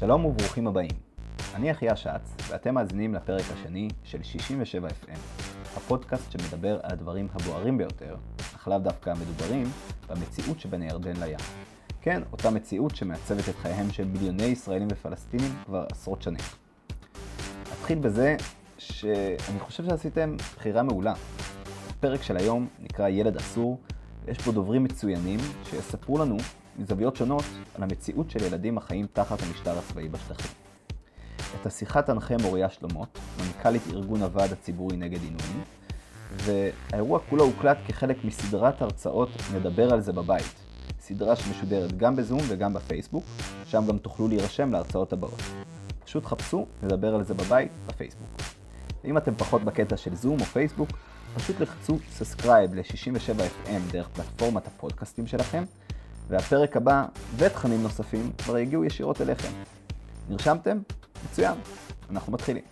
שלום וברוכים הבאים. אני אחיה שץ, ואתם מאזינים לפרק השני של 67 FM, הפודקאסט שמדבר על הדברים הבוערים ביותר, אך לאו דווקא המדוברים, במציאות שבין הירדן לים. כן, אותה מציאות שמעצבת את חייהם של מיליוני ישראלים ופלסטינים כבר עשרות שנים. אתחיל בזה שאני חושב שעשיתם בחירה מעולה. הפרק של היום נקרא ילד אסור, ויש פה דוברים מצוינים שיספרו לנו מזוויות שונות על המציאות של ילדים החיים תחת המשטר הצבאי בשטחים. את השיחה תנחה מוריה שלומות, מנכ"לית ארגון הוועד הציבורי נגד עינויים, והאירוע כולו הוקלט כחלק מסדרת הרצאות נדבר על זה בבית, סדרה שמשודרת גם בזום וגם בפייסבוק, שם גם תוכלו להירשם להרצאות הבאות. פשוט חפשו נדבר על זה בבית בפייסבוק. ואם אתם פחות בקטע של זום או פייסבוק, פשוט לחצו סאסקרייב ל-67 FM דרך פלטפורמת הפודקאסטים שלכם, והפרק הבא ותכנים נוספים כבר יגיעו ישירות אליכם. נרשמתם? מצוין. אנחנו מתחילים.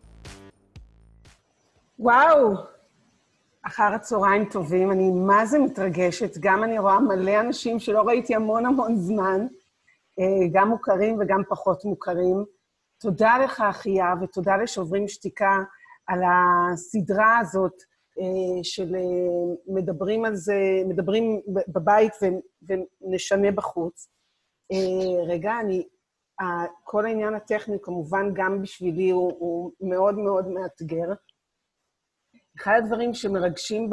וואו, אחר הצהריים טובים, אני מה זה מתרגשת. גם אני רואה מלא אנשים שלא ראיתי המון זמן, גם מוכרים וגם פחות מוכרים. תודה לך אחיה ותודה לשוברים שתיקה על הסדרה הזאת של מדברים על זה, מדברים בבית ונשנה בחוץ. רגע, כל העניין הטכני כמובן גם בשבילי הוא מאוד מאתגר. אחד הדברים שמרגשים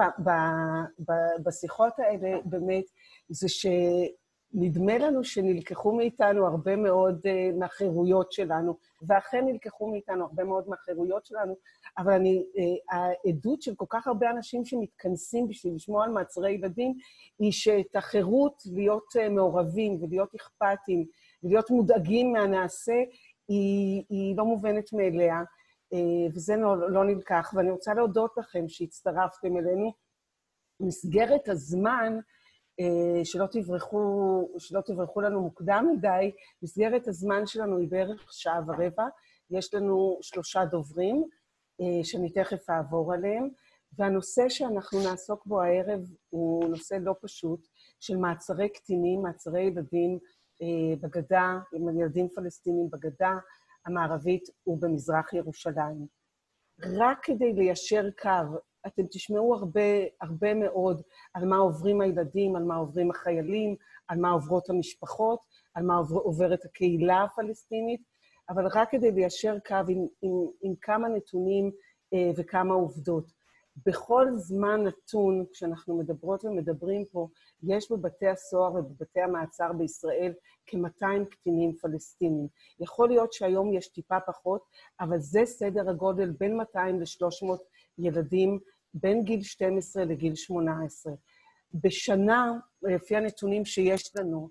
בשיחות האלה באמת זה שנדמה לנו שנלקחו מאיתנו הרבה מאוד מהחירויות שלנו, ואכן נלקחו מאיתנו הרבה מאוד מהחירויות שלנו, אבל העדות של כל כך הרבה אנשים שמתכנסים בשביל לשמוע על מעצרי ילדים, היא שאת החירות להיות מעורבים ולהיות אכפתים, ולהיות מודאגים מהנעשה, היא לא מובנת מאליה, וזה לא נלקח. ואני רוצה להודות לכם שהצטרפתם אלינו. מסגרת הזמן, שלא תברחו לנו מוקדם מדי, מסגרת הזמן שלנו היא בערך שעה ורבע. יש לנו 3 דוברים, שאני תכף אעבור עליהם, והנושא שאנחנו נעסוק בו הערב הוא נושא לא פשוט, של מעצרי קטינים, מעצרי ילדים בגדה, עם ילדים פלסטינים בגדה המערבית ובמזרח ירושלים. רק כדי ליישר קו, אתם תשמעו הרבה מאוד על מה עוברים הילדים, על מה עוברים החיילים, על מה עוברות המשפחות, על מה עוברת הקהילה הפלסטינית, אבל רק כדי ליישר קו עם כמה נתונים וכמה עובדות. בכל זמן נתון, כשאנחנו מדברות ומדברים פה, יש בבתי הסוהר ובבתי המעצר בישראל כ-200 קטינים פלסטינים. יכול להיות שהיום יש טיפה פחות, אבל זה סדר הגודל בין 200 ל-300 ילדים, בין גיל 12 לגיל 18. בשנה, לפי הנתונים שיש לנו,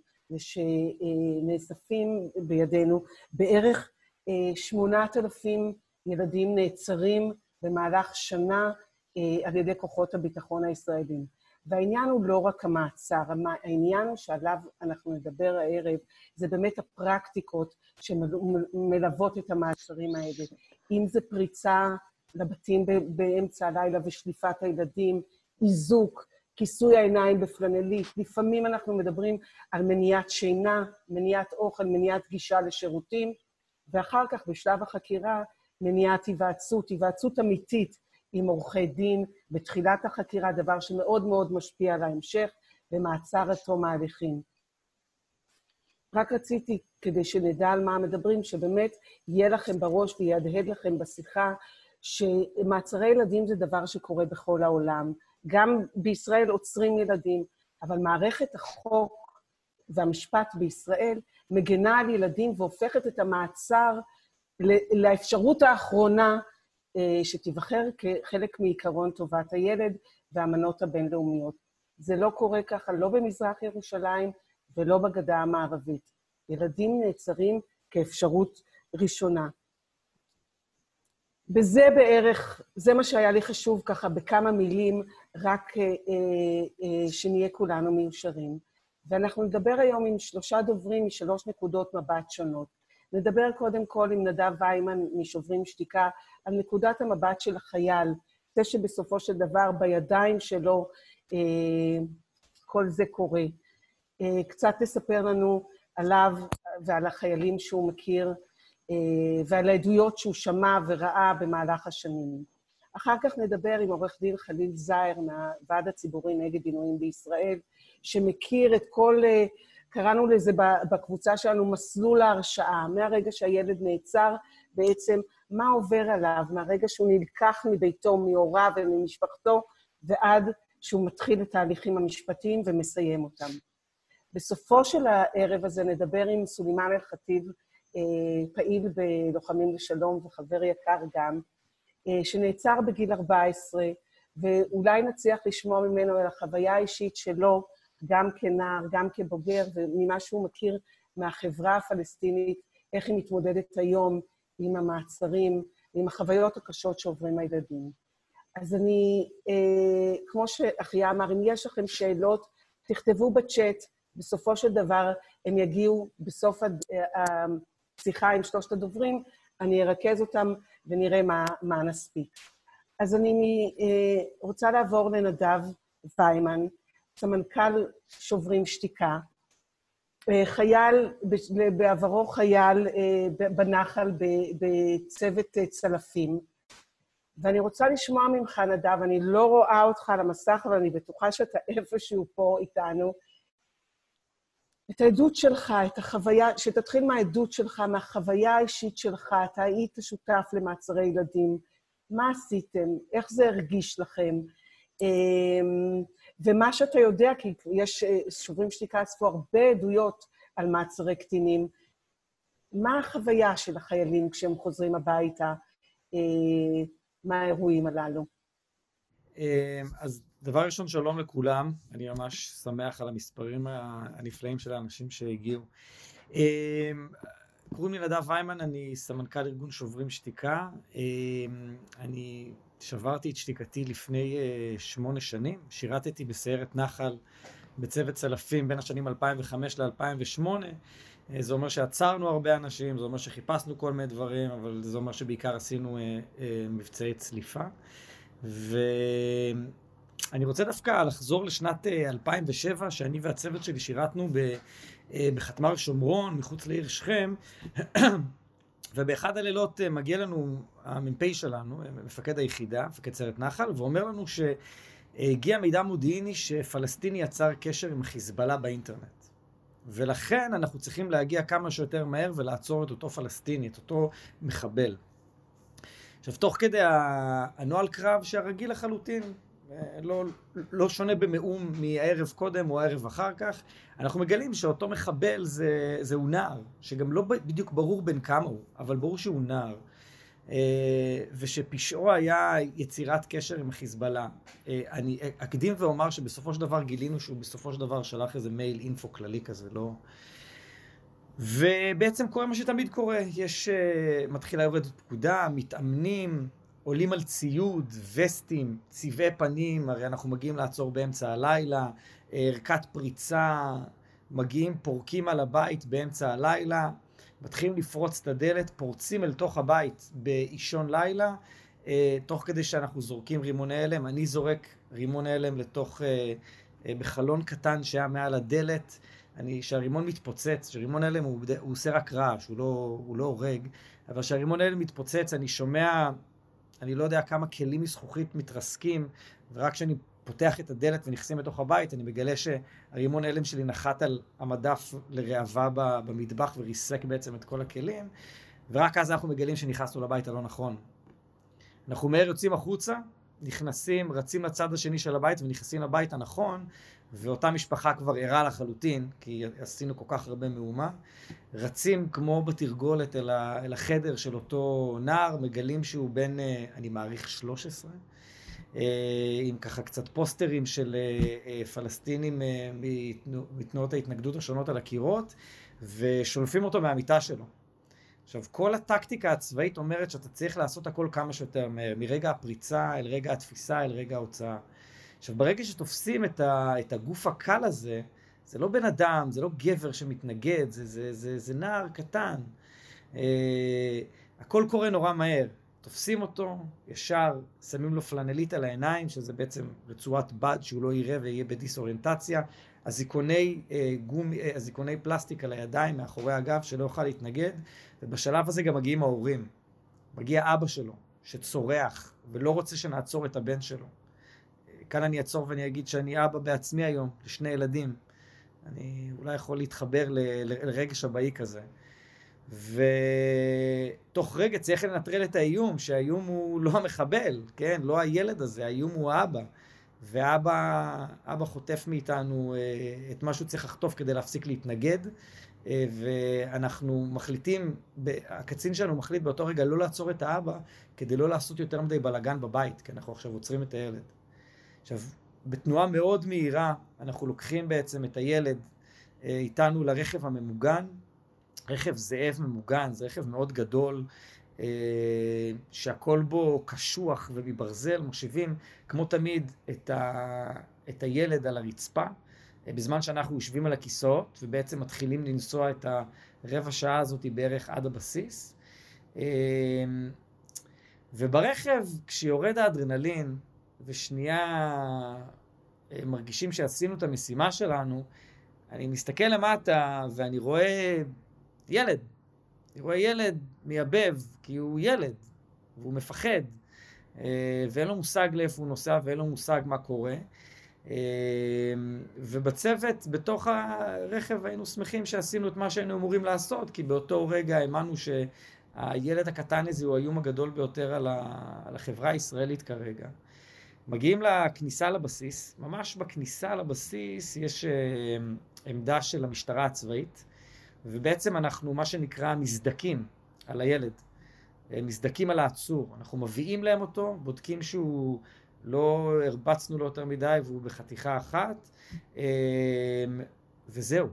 ושנאספים בידינו, בערך 8,000 ילדים נעצרים במהלך שנה, על ידי כוחות הביטחון הישראלים. והעניין הוא לא רק המעצר, העניין הוא שעליו אנחנו נדבר הערב, זה באמת הפרקטיקות שמלוות את המעצרים האלה. אם זה פריצה לבתים באמצע הלילה ושליפת הילדים, איזוק, כיסוי העיניים בפלנלית, לפעמים אנחנו מדברים על מניעת שינה, מניעת אוכל, מניעת גישה לשירותים, ואחר כך בשלב החקירה מניעת היוועצות אמיתית, עם עורכי דין, בתחילת החקירה, דבר שמאוד משפיע על ההמשך, במעצר עד תום ההליכים. רק רציתי, כדי שנדע על מה מדברים, שבאמת יהיה לכם בראש ויהדהד לכם בשיחה, שמעצרי ילדים זה דבר שקורה בכל העולם. גם בישראל עוצרים ילדים, אבל מערכת החוק והמשפט בישראל מגנה על ילדים והופכת את המעצר לאפשרות האחרונה, שתיבחר כחלק מעיקרון טובת הילד והאמנות הבינלאומיות. זה לא קורה ככה, לא במזרח ירושלים ולא בגדה המערבית. ילדים נעצרים כאפשרות ראשונה. בזה בערך, זה מה שהיה לי חשוב ככה בכמה מילים, רק שנהיה כולנו מיושרים. ואנחנו נדבר היום עם 3 דוברים מ3 נקודות מבט שונות. נדבר קודם כל עם נדב ויימן משוברים שתיקה, על נקודת המבט של החייל, זה שבסופו של דבר בידיים שלו כל זה קורה. קצת לספר לנו עליו ועל החיילים שהוא מכיר, ועל העדויות שהוא שמע וראה במהלך השנים. אחר כך נדבר עם עורך דין חליל זהר מהוועד הציבורי נגד עינויים בישראל, שמכיר את כל, קראנו לזה בקבוצה שלנו, מסלול ההרשעה, מהרגע שהילד נעצר, בעצם מה עובר עליו, מהרגע שהוא נלקח מביתו, מהוריו וממשפחתו, ועד שהוא מתחיל את ההליכים המשפטיים ומסיים אותם. בסופו של הערב הזה נדבר עם סולימאן אל-חטיב, פעיל בלוחמים לשלום וחבר יקר גם, שנעצר בגיל 14, ואולי נצליח לשמוע ממנו על החוויה האישית שלו, גם כנער, גם כבוגר, וממה שהוא מכיר מהחברה הפלסטינית, איך היא מתמודדת היום עם המעצרים, עם החוויות הקשות שעוברים הילדים. אז אני, כמו שאחיה אמר, אם יש לכם שאלות, תכתבו בצ'אט, בסופו של דבר הם יגיעו בסוף השיחה עם שלושת הדוברים, אני ארכז אותם ונראה מה נספיק. אז אני רוצה לעבור לנדב ויימן, סמנכ"ל שוברים שתיקה, חייל, בעברו חייל בנחל בצוות צלפים, ואני רוצה לשמוע ממך, נדב, אני לא רואה אותך על המסך, אבל אני בטוחה שאתה איפשהו פה איתנו, את העדות שלך, את החוויה, שתתחיל מהעדות שלך, מהחוויה האישית שלך, אתה היית שותף למעצרי ילדים, מה עשיתם, איך זה הרגיש לכם, ומה שאתה יודע, כי יש שוברים שתיקה אספו הרבה עדויות על מעצרי קטינים, מה החוויה של החיילים כשהם חוזרים הביתה, מה האירועים הללו? אז דבר ראשון, שלום לכולם, אני ממש שמח על המספרים הנפלאים של האנשים שהגיעו. קוראים לי נדב ויימן, אני סמנכ"ל ארגון שוברים שתיקה, אני שברתי את שתיקתי לפני 8 שנים, שירתתי בסיירת נחל בצוות צלפים בין השנים 2005 ל-2008, זה אומר שעצרנו הרבה אנשים, זה אומר שחיפשנו כל מיני דברים, אבל זה אומר שבעיקר עשינו מבצעי צליפה. ואני רוצה דווקא לחזור לשנת 2007, שאני והצוות שלי שירתנו בחטמ"ר שומרון, מחוץ לעיר שכם, ובאחד הלילות מגיע לנו המ"פ שלנו, מפקד היחידה, מפקד סיירת נחל, ואומר לנו שהגיע מידע מודיעיני שפלסטיני יצר קשר עם חיזבאללה באינטרנט. ולכן אנחנו צריכים להגיע כמה שיותר מהר ולעצור את אותו פלסטיני, את אותו מחבל. עכשיו, תוך כדי הנוהל קרב שהרגיל לחלוטין, לא שונה במאום מהערב קודם או הערב אחר כך, אנחנו מגלים שאותו מחבל זהו נער, שגם לא בדיוק ברור בין כמה הוא, אבל ברור שהוא נער, ושפשעו היה יצירת קשר עם החיזבאללה. אני אקדים ואומר שבסופו של דבר גילינו שהוא בסופו של דבר שלח איזה מייל אינפו כללי כזה, לא... ובעצם קורה מה שתמיד קורה, מתחילה יורדת פקודה, מתאמנים, עולים על ציוד, וסטים, צבעי פנים, הרי אנחנו מגיעים לעצור באמצע הלילה, ערכת פריצה, מגיעים, פורקים על הבית באמצע הלילה, מתחילים לפרוץ את הדלת, פורצים אל תוך הבית באישון לילה, תוך כדי שאנחנו זורקים רימוני הלם, אני זורק רימון הלם לתוך, בחלון קטן שהיה מעל הדלת, שהרימון מתפוצץ, שרימון הלם הוא עושה רק רעש, הוא לא הורג, אבל שהרימון הלם מתפוצץ, אני שומע, אני לא יודע כמה כלים מזכוכית מתרסקים, ורק כשאני פותח את הדלת ונכנסים לתוך הבית, אני מגלה שהרימון הלם שלי נחת על המדף לרעבה במטבח וריסק בעצם את כל הכלים, ורק אז אנחנו מגלים שנכנסנו לבית הלא נכון. אנחנו מהר יוצאים החוצה, נכנסים, רצים לצד השני של הבית ונכנסים לבית הנכון, ואותה משפחה כבר ערה לחלוטין, כי עשינו כל כך הרבה מהומה. רצים כמו בתרגולת אל החדר של אותו נער, מגלים שהוא בן, אני מעריך 13, עם ככה קצת פוסטרים של פלסטינים מתנועות ההתנגדות השונות על הקירות, ושולפים אותו מהמיטה שלו. עכשיו, כל הטקטיקה הצבאית אומרת שאתה צריך לעשות הכל כמה שיותר מהר, מרגע הפריצה אל רגע התפיסה אל רגע ההוצאה. עכשיו, ברגע שתופסים את הגוף הקל הזה, זה לא בן אדם, זה לא גבר שמתנגד, זה נער קטן. הכל קורה נורא מהר. תופסים אותו, ישר, שמים לו פלנלית על העיניים, שזה בעצם רצועת בד שהוא לא יראה ויהיה בדיסאוריינטציה. הזיקוני פלסטיק על הידיים מאחורי הגב שלא יוכל להתנגד, ובשלב הזה גם מגיעים ההורים. מגיע אבא שלו שצורח ולא רוצה שנעצור את הבן שלו. כאן אני אעצור ואני אגיד שאני אבא בעצמי היום לשני ילדים. אני אולי יכול להתחבר לרגש הבאי כזה. ותוך רגע צריך לנטרל את האיום, שהאיום הוא לא המחבל, כן? לא הילד הזה, האיום הוא האבא. ואבא חוטף מאיתנו את מה שהוא צריך לחטוף כדי להפסיק להתנגד, ואנחנו מחליטים, הקצין שלנו מחליט באותו רגע לא לעצור את האבא, כדי לא לעשות יותר מדי בלגן בבית, כי אנחנו עכשיו עוצרים את הילד. עכשיו, בתנועה מאוד מהירה, אנחנו לוקחים בעצם את הילד איתנו לרכב הממוגן, רכב זאב ממוגן, זה רכב מאוד גדול, שהכל בו קשוח ומברזל, מושיבים כמו תמיד את הילד על הרצפה, בזמן שאנחנו יושבים על הכיסאות, ובעצם מתחילים לנסוע את הרבע שעה הזאת בערך עד הבסיס. וברכב, כשיורד האדרנלין, ושנייה מרגישים שעשינו את המשימה שלנו, אני מסתכל למטה ואני רואה ילד. אני רואה ילד מייבב, כי הוא ילד, והוא מפחד, ואין לו מושג לאיפה הוא נוסע, ואין לו מושג מה קורה. ובצוות, בתוך הרכב, היינו שמחים שעשינו את מה שהיינו אמורים לעשות, כי באותו רגע האמנו שהילד הקטן הזה הוא האיום הגדול ביותר על החברה הישראלית כרגע. מגיעים לכניסה לבסיס, ממש בכניסה לבסיס יש עמדה של המשטרה הצבאית, ובעצם אנחנו מה שנקרא מזדקים על הילד, מזדקים על העצור, אנחנו מביאים להם אותו, בודקים שהוא לא הרבצנו לו יותר מדי והוא בחתיכה אחת, וזהו,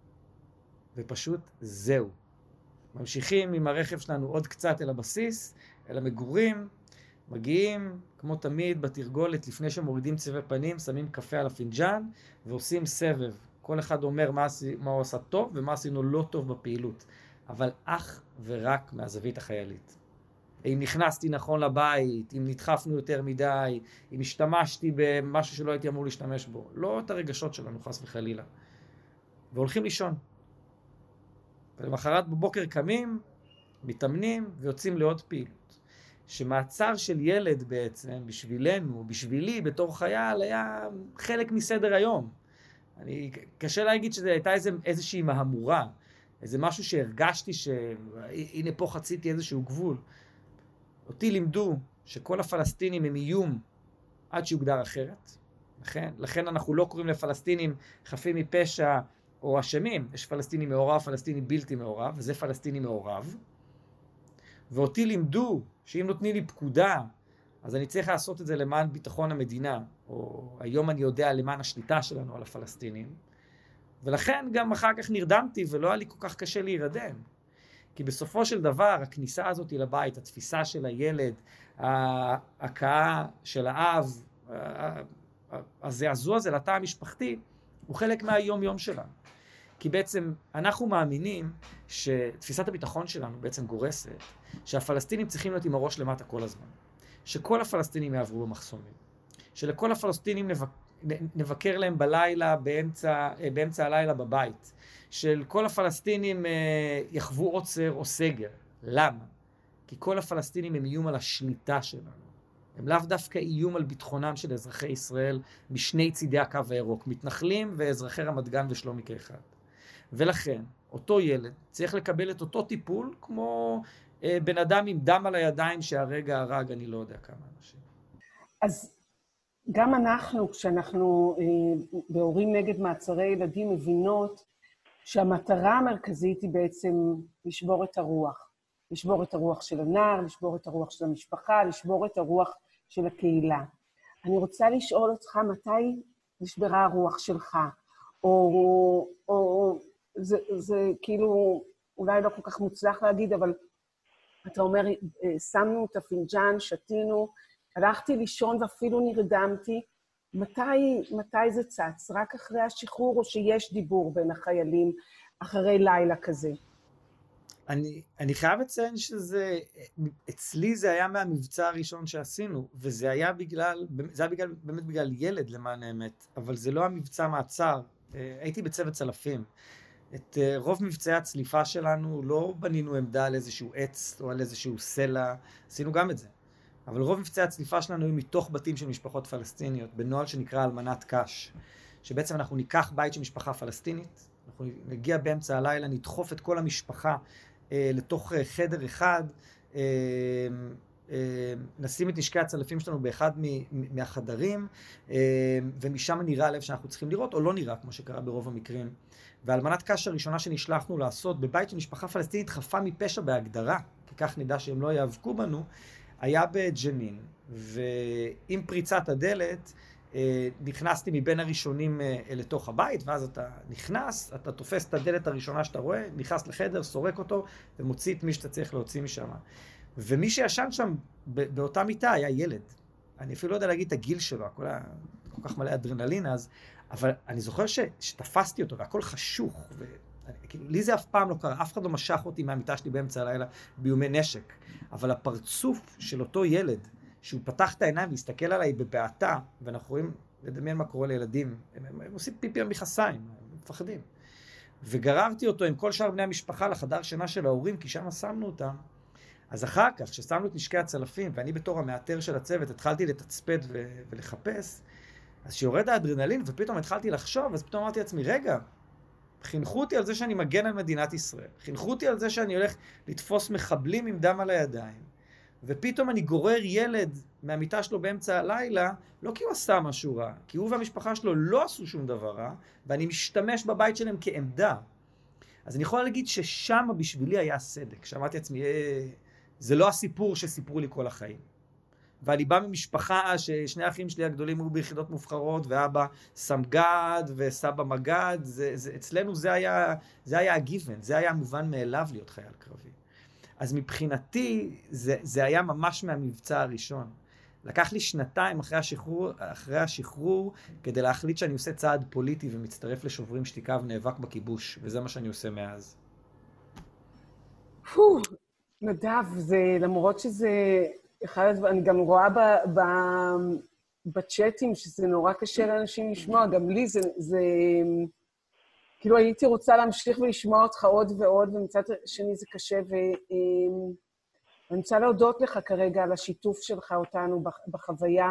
ופשוט זהו. ממשיכים עם הרכב שלנו עוד קצת אל הבסיס, אל המגורים, מגיעים כמו תמיד בתרגולת לפני שמורידים צבעי פנים, שמים קפה על הפינג'אן ועושים סבב. כל אחד אומר מה הוא עשה טוב ומה עשינו לא טוב בפעילות, אבל אך ורק מהזווית החיילית. אם נכנסתי נכון לבית, אם נדחפנו יותר מדי, אם השתמשתי במשהו שלא הייתי אמור להשתמש בו, לא את הרגשות שלנו חס וחלילה. והולכים לישון. ולמחרת בבוקר קמים, מתאמנים ויוצאים לעוד פעילות. שמעצר של ילד בעצם, בשבילנו, בשבילי, בתור חייל, היה חלק מסדר היום. קשה להגיד שזה הייתה איזושהי מהמורה, איזה משהו שהרגשתי שהנה פה חציתי איזשהו גבול. אותי לימדו שכל הפלסטינים הם איום עד שיוגדר אחרת. לכן אנחנו לא קוראים לפלסטינים חפים מפשע או אשמים. יש פלסטיני מעורב, פלסטיני בלתי מעורב, וזה פלסטיני מעורב. ואותי לימדו שאם נותנים לי פקודה, אז אני צריך לעשות את זה למען ביטחון המדינה, או היום אני יודע למען השליטה שלנו על הפלסטינים. ולכן גם אחר כך נרדמתי ולא היה לי כל כך קשה להירדם. כי בסופו של דבר, הכניסה הזאת לבית, התפיסה של הילד, ההכאה של האב, הזעזוע הזה לתא המשפחתי, הוא חלק מהיום-יום שלנו. כי בעצם אנחנו מאמינים שתפיסת הביטחון שלנו בעצם גורסת, שהפלסטינים צריכים להיות עם הראש למטה כל הזמן. שכל הפלסטינים יעברו במחסומים. שלכל הפלסטינים נבקר להם בלילה, באמצע הלילה בבית. של כל הפלסטינים יחוו עוצר או סגר. למה? כי כל הפלסטינים הם איום על השליטה שלנו. הם לאו דווקא איום על ביטחונם של אזרחי ישראל משני צידי הקו הירוק, מתנחלים ואזרחי רמת גן ושלומי כאחד. ולכן, אותו ילד צריך לקבל את אותו טיפול כמו בן אדם עם דם על הידיים שהרגע הרג אני לא יודע כמה אנשים. אז גם אנחנו, כשאנחנו בהורים נגד מעצרי ילדים, מבינות שהמטרה המרכזית היא בעצם לשבור את הרוח. לשבור את הרוח של הנער, לשבור את הרוח של המשפחה, לשבור את הרוח של הקהילה. אני רוצה לשאול אותך מתי נשברה הרוח שלך, או זה כאילו אולי לא כל כך מוצלח להגיד, אבל אתה אומר, שמנו את הפינג'אן, שתינו, הלכתי לישון ואפילו נרדמתי. מתי זה צץ? רק אחרי השחרור או שיש דיבור בין החיילים אחרי לילה כזה? אני חייב לציין אצלי זה היה מהמבצע הראשון שעשינו, וזה היה באמת בגלל ילד למען האמת, אבל זה לא המבצע מעצר הייתי בצוות צלפים. את רוב מבצעי הצליפה שלנו לא בנינו עמדה על איזשהו עץ או על איזשהו סלע, עשינו גם את זה. אבל רוב מבצעי הצליפה שלנו היו מתוך בתים של משפחות פלסטיניות, בנוהל שנקרא אלמנת קש, שבעצם אנחנו ניקח בית של משפחה פלסטינית, אנחנו נגיע באמצע הלילה, נדחוף את כל המשפחה לתוך חדר אחד, נשים את נשקי הצלפים שלנו באחד מהחדרים, ומשם נראה לב שאנחנו צריכים לראות, או לא נראה, כמו שקרה ברוב המקרים. והאלמנת קש הראשונה שנשלחנו לעשות בבית של משפחה פלסטינית חפה מפשע בהגדרה, כי כך נדע שהם לא יאבקו בנו, היה בג'נין, ועם פריצת הדלת נכנסתי מבין הראשונים לתוך הבית, ואז אתה נכנס, אתה תופס את הדלת הראשונה שאתה רואה, נכנס לחדר, סורק אותו, ומוציא את מי שאתה צריך להוציא משם. ומי שישן שם באותה מיטה היה ילד. אני אפילו לא יודע להגיד את הגיל שלו, הכל היה כל כך מלא אדרנלין אז, אבל אני זוכר שתפסתי אותו, והכל חשוך, לי זה אף פעם לא קרה, אף אחד לא משך אותי מהמיטה שלי באמצע הלילה באיומי נשק, אבל הפרצוף של אותו ילד, שהוא פתח את העיניים והסתכל עליי בבעתה, ואנחנו רואים, לדמיין מה קורה לילדים, הם עושים פיפי במכנסיים, הם מפחדים. וגררתי אותו עם כל שאר בני המשפחה לחדר שינה של ההורים, כי שם שמנו אותם. אז אחר כך, כששמנו את נשקי הצלפים, ואני בתור המאתר של הצוות, התחלתי לתצפת ולחפש, אז שיורד האדרנלין, ופתאום התחלתי לחשוב, אז פתאום אמרתי לעצמי, רגע, חינכו אותי על זה שאני מגן על מדינת ישראל, חינכו אותי על זה שאני הולך לתפוס מחבלים עם דם על הידיים, ופתאום אני גורר ילד מהמיטה שלו באמצע הלילה, לא כי הוא עשה משהו רע, כי הוא והמשפחה שלו לא עשו שום דבר רע, ואני משתמש בבית שלהם כעמדה. אז אני יכול להגיד ששם בשבילי היה סדק, שאמרתי לעצמי, זה לא הסיפור שסיפרו לי כל החיים. ואני בא ממשפחה ששני האחים שלי הגדולים היו ביחידות מובחרות, ואבא סמג"ד וסבא מג"ד, אצלנו זה היה הגיוון, זה היה המובן מאליו להיות חייל קרבי. אז מבחינתי זה היה ממש מהמבצע הראשון. לקח לי 2 אחרי השחרור כדי להחליט שאני עושה צעד פוליטי ומצטרף לשוברים שתיקה ונאבק בכיבוש, וזה מה שאני עושה מאז. נדב, למרות שזה אני גם רואה בצ'אטים שזה נורא קשה לאנשים לשמוע, גם לי זה כאילו הייתי רוצה להמשיך ולשמוע אותך עוד ועוד, ומצד שני זה קשה, ואני רוצה להודות לך כרגע על השיתוף שלך אותנו בחוויה.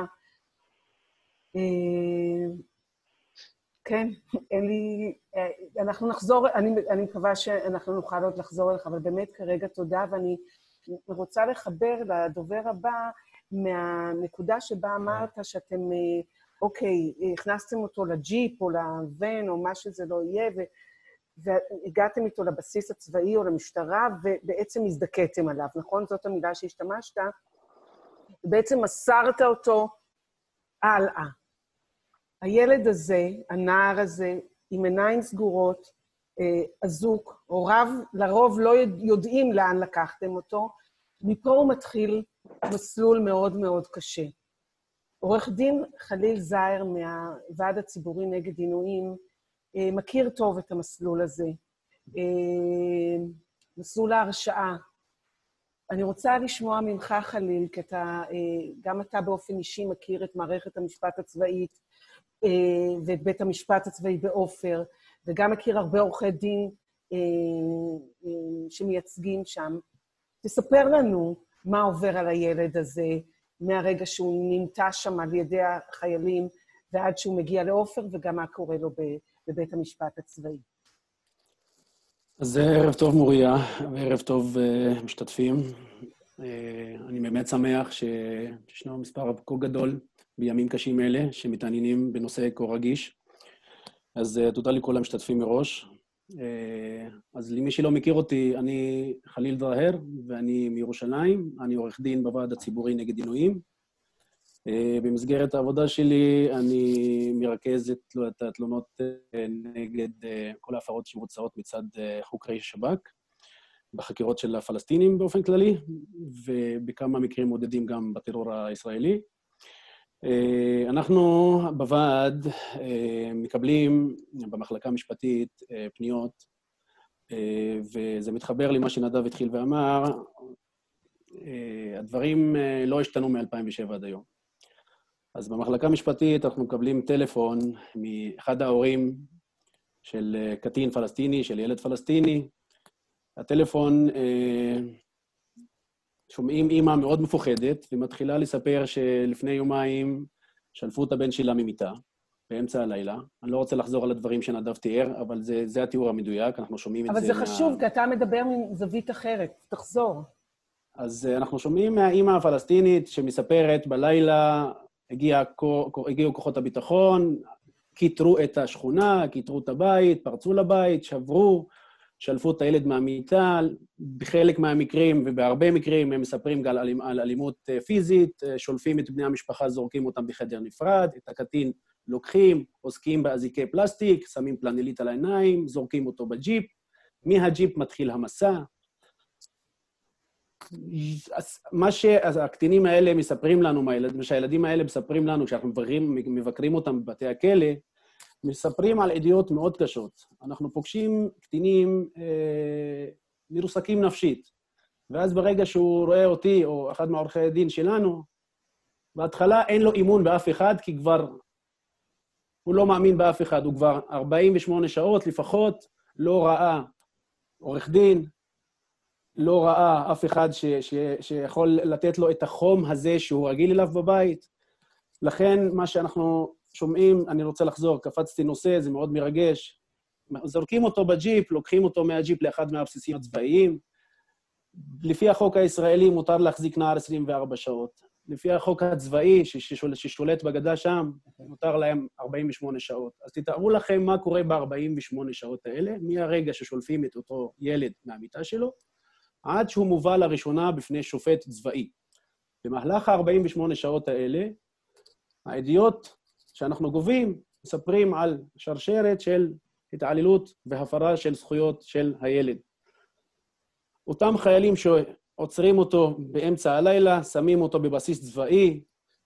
כן, אנחנו נחזור, אני מקווה שאנחנו נוכל עוד לחזור אליך, אבל באמת כרגע תודה, ואני רוצה לחבר לדובר הבא מהנקודה שבה אמרת שאתם, אוקיי, הכנסתם אותו לג'יפ או לוון או מה שזה לא יהיה, והגעתם איתו לבסיס הצבאי או למשטרה, ובעצם הזדקתם עליו, נכון? זאת המילה שהשתמשת, ובעצם מסרת אותו הלאה. הילד הזה, הנער הזה, עם עיניים סגורות, אזוק, הוריו לרוב לא יודעים לאן לקחתם אותו, מפה הוא מתחיל מסלול מאוד מאוד קשה. עורך דין חליל זהר מהוועד הציבורי נגד עינויים, מכיר טוב את המסלול הזה, מסלול ההרשעה. אני רוצה לשמוע ממך חליל, כי גם אתה באופן אישי מכיר את מערכת המשפט הצבאית, ואת בית המשפט הצבאי באופר, וגם מכיר הרבה עורכי דין שמייצגים שם. תספר לנו מה עובר על הילד הזה, מהרגע שהוא נמתע שם על ידי החיילים, ועד שהוא מגיע לאופר, וגם מה קורה לו בבית המשפט הצבאי. אז ערב טוב מוריה, וערב טוב משתתפים. אני באמת שמח שישנו מספר כה גדול בימים קשים אלה, שמתעניינים בנושא כה רגיש. אז תודה לכל המשתתפים מראש. אז למי שלא מכיר אותי, אני חליל זהר, ואני מירושלים, אני עורך דין בוועד הציבורי נגד עינויים. במסגרת העבודה שלי, אני מרכז את התלונות נגד כל ההפרות שמבוצעות מצד חוקרי שב"כ, בחקירות של הפלסטינים באופן כללי, ובכמה מקרים מודדים גם בטרור הישראלי. אנחנו בוועד מקבלים במחלקה המשפטית פניות, וזה מתחבר למה שנדב התחיל ואמר, הדברים לא השתנו מ-2007 עד היום. אז במחלקה המשפטית אנחנו מקבלים טלפון מאחד ההורים של קטין פלסטיני, של ילד פלסטיני. הטלפון, שומעים אימא מאוד מפוחדת, ומתחילה לספר שלפני יומיים שלפו את הבן שלה ממיטה, באמצע הלילה. אני לא רוצה לחזור על הדברים שנדב תיאר, אבל זה התיאור המדויק, אנחנו שומעים את זה. אבל זה חשוב, כי אתה מדבר מזווית אחרת, תחזור. אז אנחנו שומעים מהאימא הפלסטינית שמספרת בלילה, הגיעו כוחות הביטחון, קיטרו את השכונה, קיטרו את הבית, פרצו לבית, שברו, שלפו את הילד מהמיטה. בחלק מהמקרים ובהרבה מקרים הם מספרים גם על אלימות פיזית, שולפים את בני המשפחה, זורקים אותם בחדר נפרד, את הקטין לוקחים, עוסקים באזיקי פלסטיק, שמים פלנלית על העיניים, זורקים אותו בג'יפ, מהג'יפ מתחיל המסע. מה שהקטינים האלה מספרים לנו, מה שהילדים האלה מספרים לנו, כשאנחנו מבקרים אותם בבתי הכלא, מספרים על עדויות מאוד קשות. אנחנו פוגשים קטינים מרוסקים נפשית, ואז ברגע שהוא רואה אותי, או אחד מעורכי הדין שלנו, בהתחלה אין לו אימון באף אחד, כי כבר הוא לא מאמין באף אחד, הוא כבר 48 שעות לפחות לא ראה עורך דין, לא ראה אף אחד שיכול לתת לו את החום הזה שהוא רגיל אליו בבית. לכן מה שאנחנו שומעים, אני רוצה לחזור, קפצתי נושא, זה מאוד מרגש. זורקים אותו בג'יפ, לוקחים אותו מהג'יפ לאחד מהבסיסים הצבאיים. לפי החוק הישראלי מותר להחזיק נער 24 שעות. לפי החוק הצבאי ששולט בגדה שם, מותר להם 48 שעות. אז תתארו לכם מה קורה ב-48 שעות האלה, מהרגע ששולפים את אותו ילד מהמיטה שלו, עד שהוא מובא לראשונה בפני שופט צבאי. במהלך ה-48 שעות האלה, העדויות שאנחנו גובים מספרים על שרשרת של התעללות והפרה של זכויות של הילד. אותם חיילים שעוצרים אותו באמצע הלילה, שמים אותו בבסיס צבאי,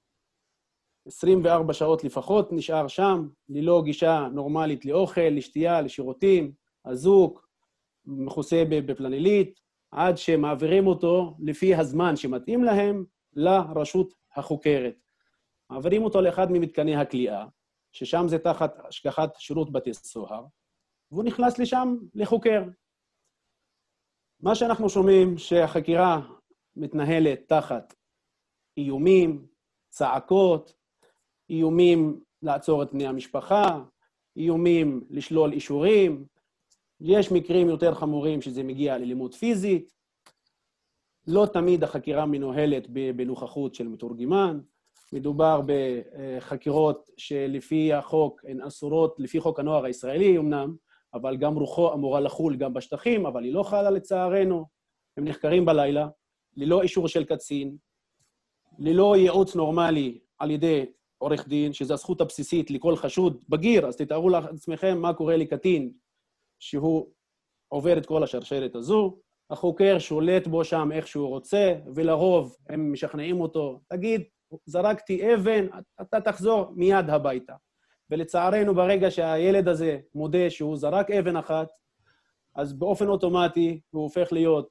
24 שעות לפחות נשאר שם, ללא גישה נורמלית לאוכל, לשתייה, לשירותים, אזוק, מכוסה בפלנלית, עד שמעבירים אותו לפי הזמן שמתאים להם לרשות החוקרת. מעבירים אותו לאחד ממתקני הכליאה, ששם זה תחת השגחת שירות בתי סוהר, והוא נכנס לשם לחוקר. מה שאנחנו שומעים שהחקירה מתנהלת תחת איומים, צעקות, איומים לעצור את בני המשפחה, איומים לשלול אישורים, יש מקרים יותר חמורים שזה מגיע לאלימות פיזית, לא תמיד החקירה מנוהלת בנוכחות של מתורגמן, מדובר בחקירות שלפי החוק הן אסורות, לפי חוק הנוער הישראלי אמנם, אבל גם רוחו אמורה לחול גם בשטחים, אבל היא לא חלה לצערנו. הם נחקרים בלילה, ללא אישור של קצין, ללא ייעוץ נורמלי על ידי עורך דין, שזו הזכות הבסיסית לכל חשוד בגיר, אז תתארו לעצמכם מה קורה לקטין שהוא עובר את כל השרשרת הזו, החוקר שולט בו שם איך שהוא רוצה, ולרוב הם משכנעים אותו, תגיד, זרקתי אבן, אתה תחזור מיד הביתה. ולצערנו ברגע שהילד הזה מודה שהוא זרק אבן אחת, אז באופן אוטומטי הוא הופך להיות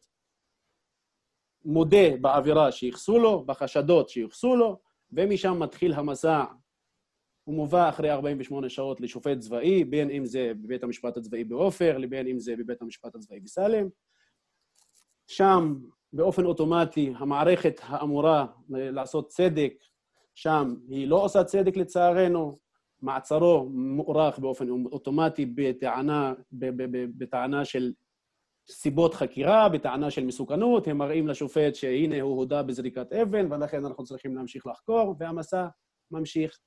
מודה בעבירה שיחסו לו, בחשדות שיחסו לו, ומשם מתחיל המסע. הוא מובא אחרי 48 שעות לשופט צבאי, בין אם זה בבית המשפט הצבאי בעופר, לבין אם זה בבית המשפט הצבאי בסלם. שם באופן אוטומטי המערכת האמורה לעשות צדק, שם היא לא עושה צדק לצערנו, מעצרו מוארך באופן אוטומטי בטענה של סיבות חקירה, בטענה של מסוכנות, הם מראים לשופט שהנה הוא הודה בזריקת אבן, ולכן אנחנו צריכים להמשיך לחקור, והמסע ממשיך.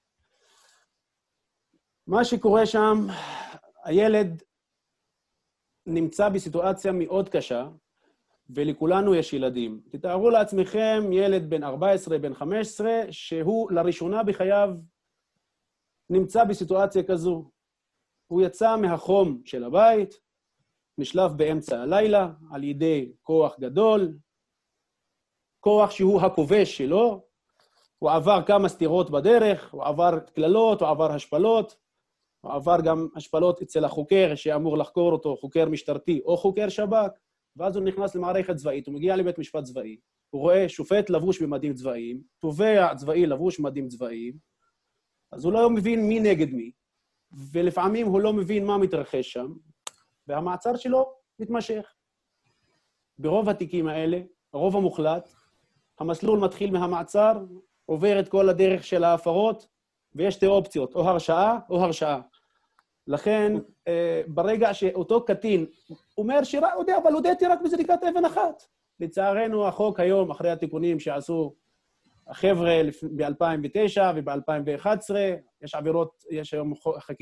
מה שקורה שם, הילד נמצא בסיטואציה מאוד קשה, ולכולנו יש ילדים. תתארו לעצמכם ילד בן 14, בן 15, שהוא לראשונה בחייו נמצא בסיטואציה כזו. הוא יצא מהחום של הבית, נשלף באמצע הלילה על ידי כוח גדול, כוח שהוא הכובש שלו, הוא עבר כמה סתירות בדרך, הוא עבר כללות, הוא עבר השפלות, הוא עבר גם השפלות אצל החוקר שאמור לחקור אותו, חוקר משטרתי או חוקר שב"כ, ואז הוא נכנס למערכת צבאית, הוא מגיע לבית משפט צבאי, הוא רואה שופט לבוש במדים צבאיים, תובע צבאי לבוש במדים צבאיים, אז הוא לא מבין מי נגד מי, ולפעמים הוא לא מבין מה מתרחש שם, והמעצר שלו מתמשך. ברוב התיקים האלה, הרוב המוחלט, המסלול מתחיל מהמעצר, עובר את כל הדרך של ההפרות, ויש שתי אופציות, או הרשעה או הרשעה. לכן, ברגע שאותו קטין אומר אבל הודיתי רק בזריקת אבן אחת. לצערנו, החוק היום, אחרי התיקונים שעשו החבר'ה ב-2009 וב-2011, יש עבירות, יש היום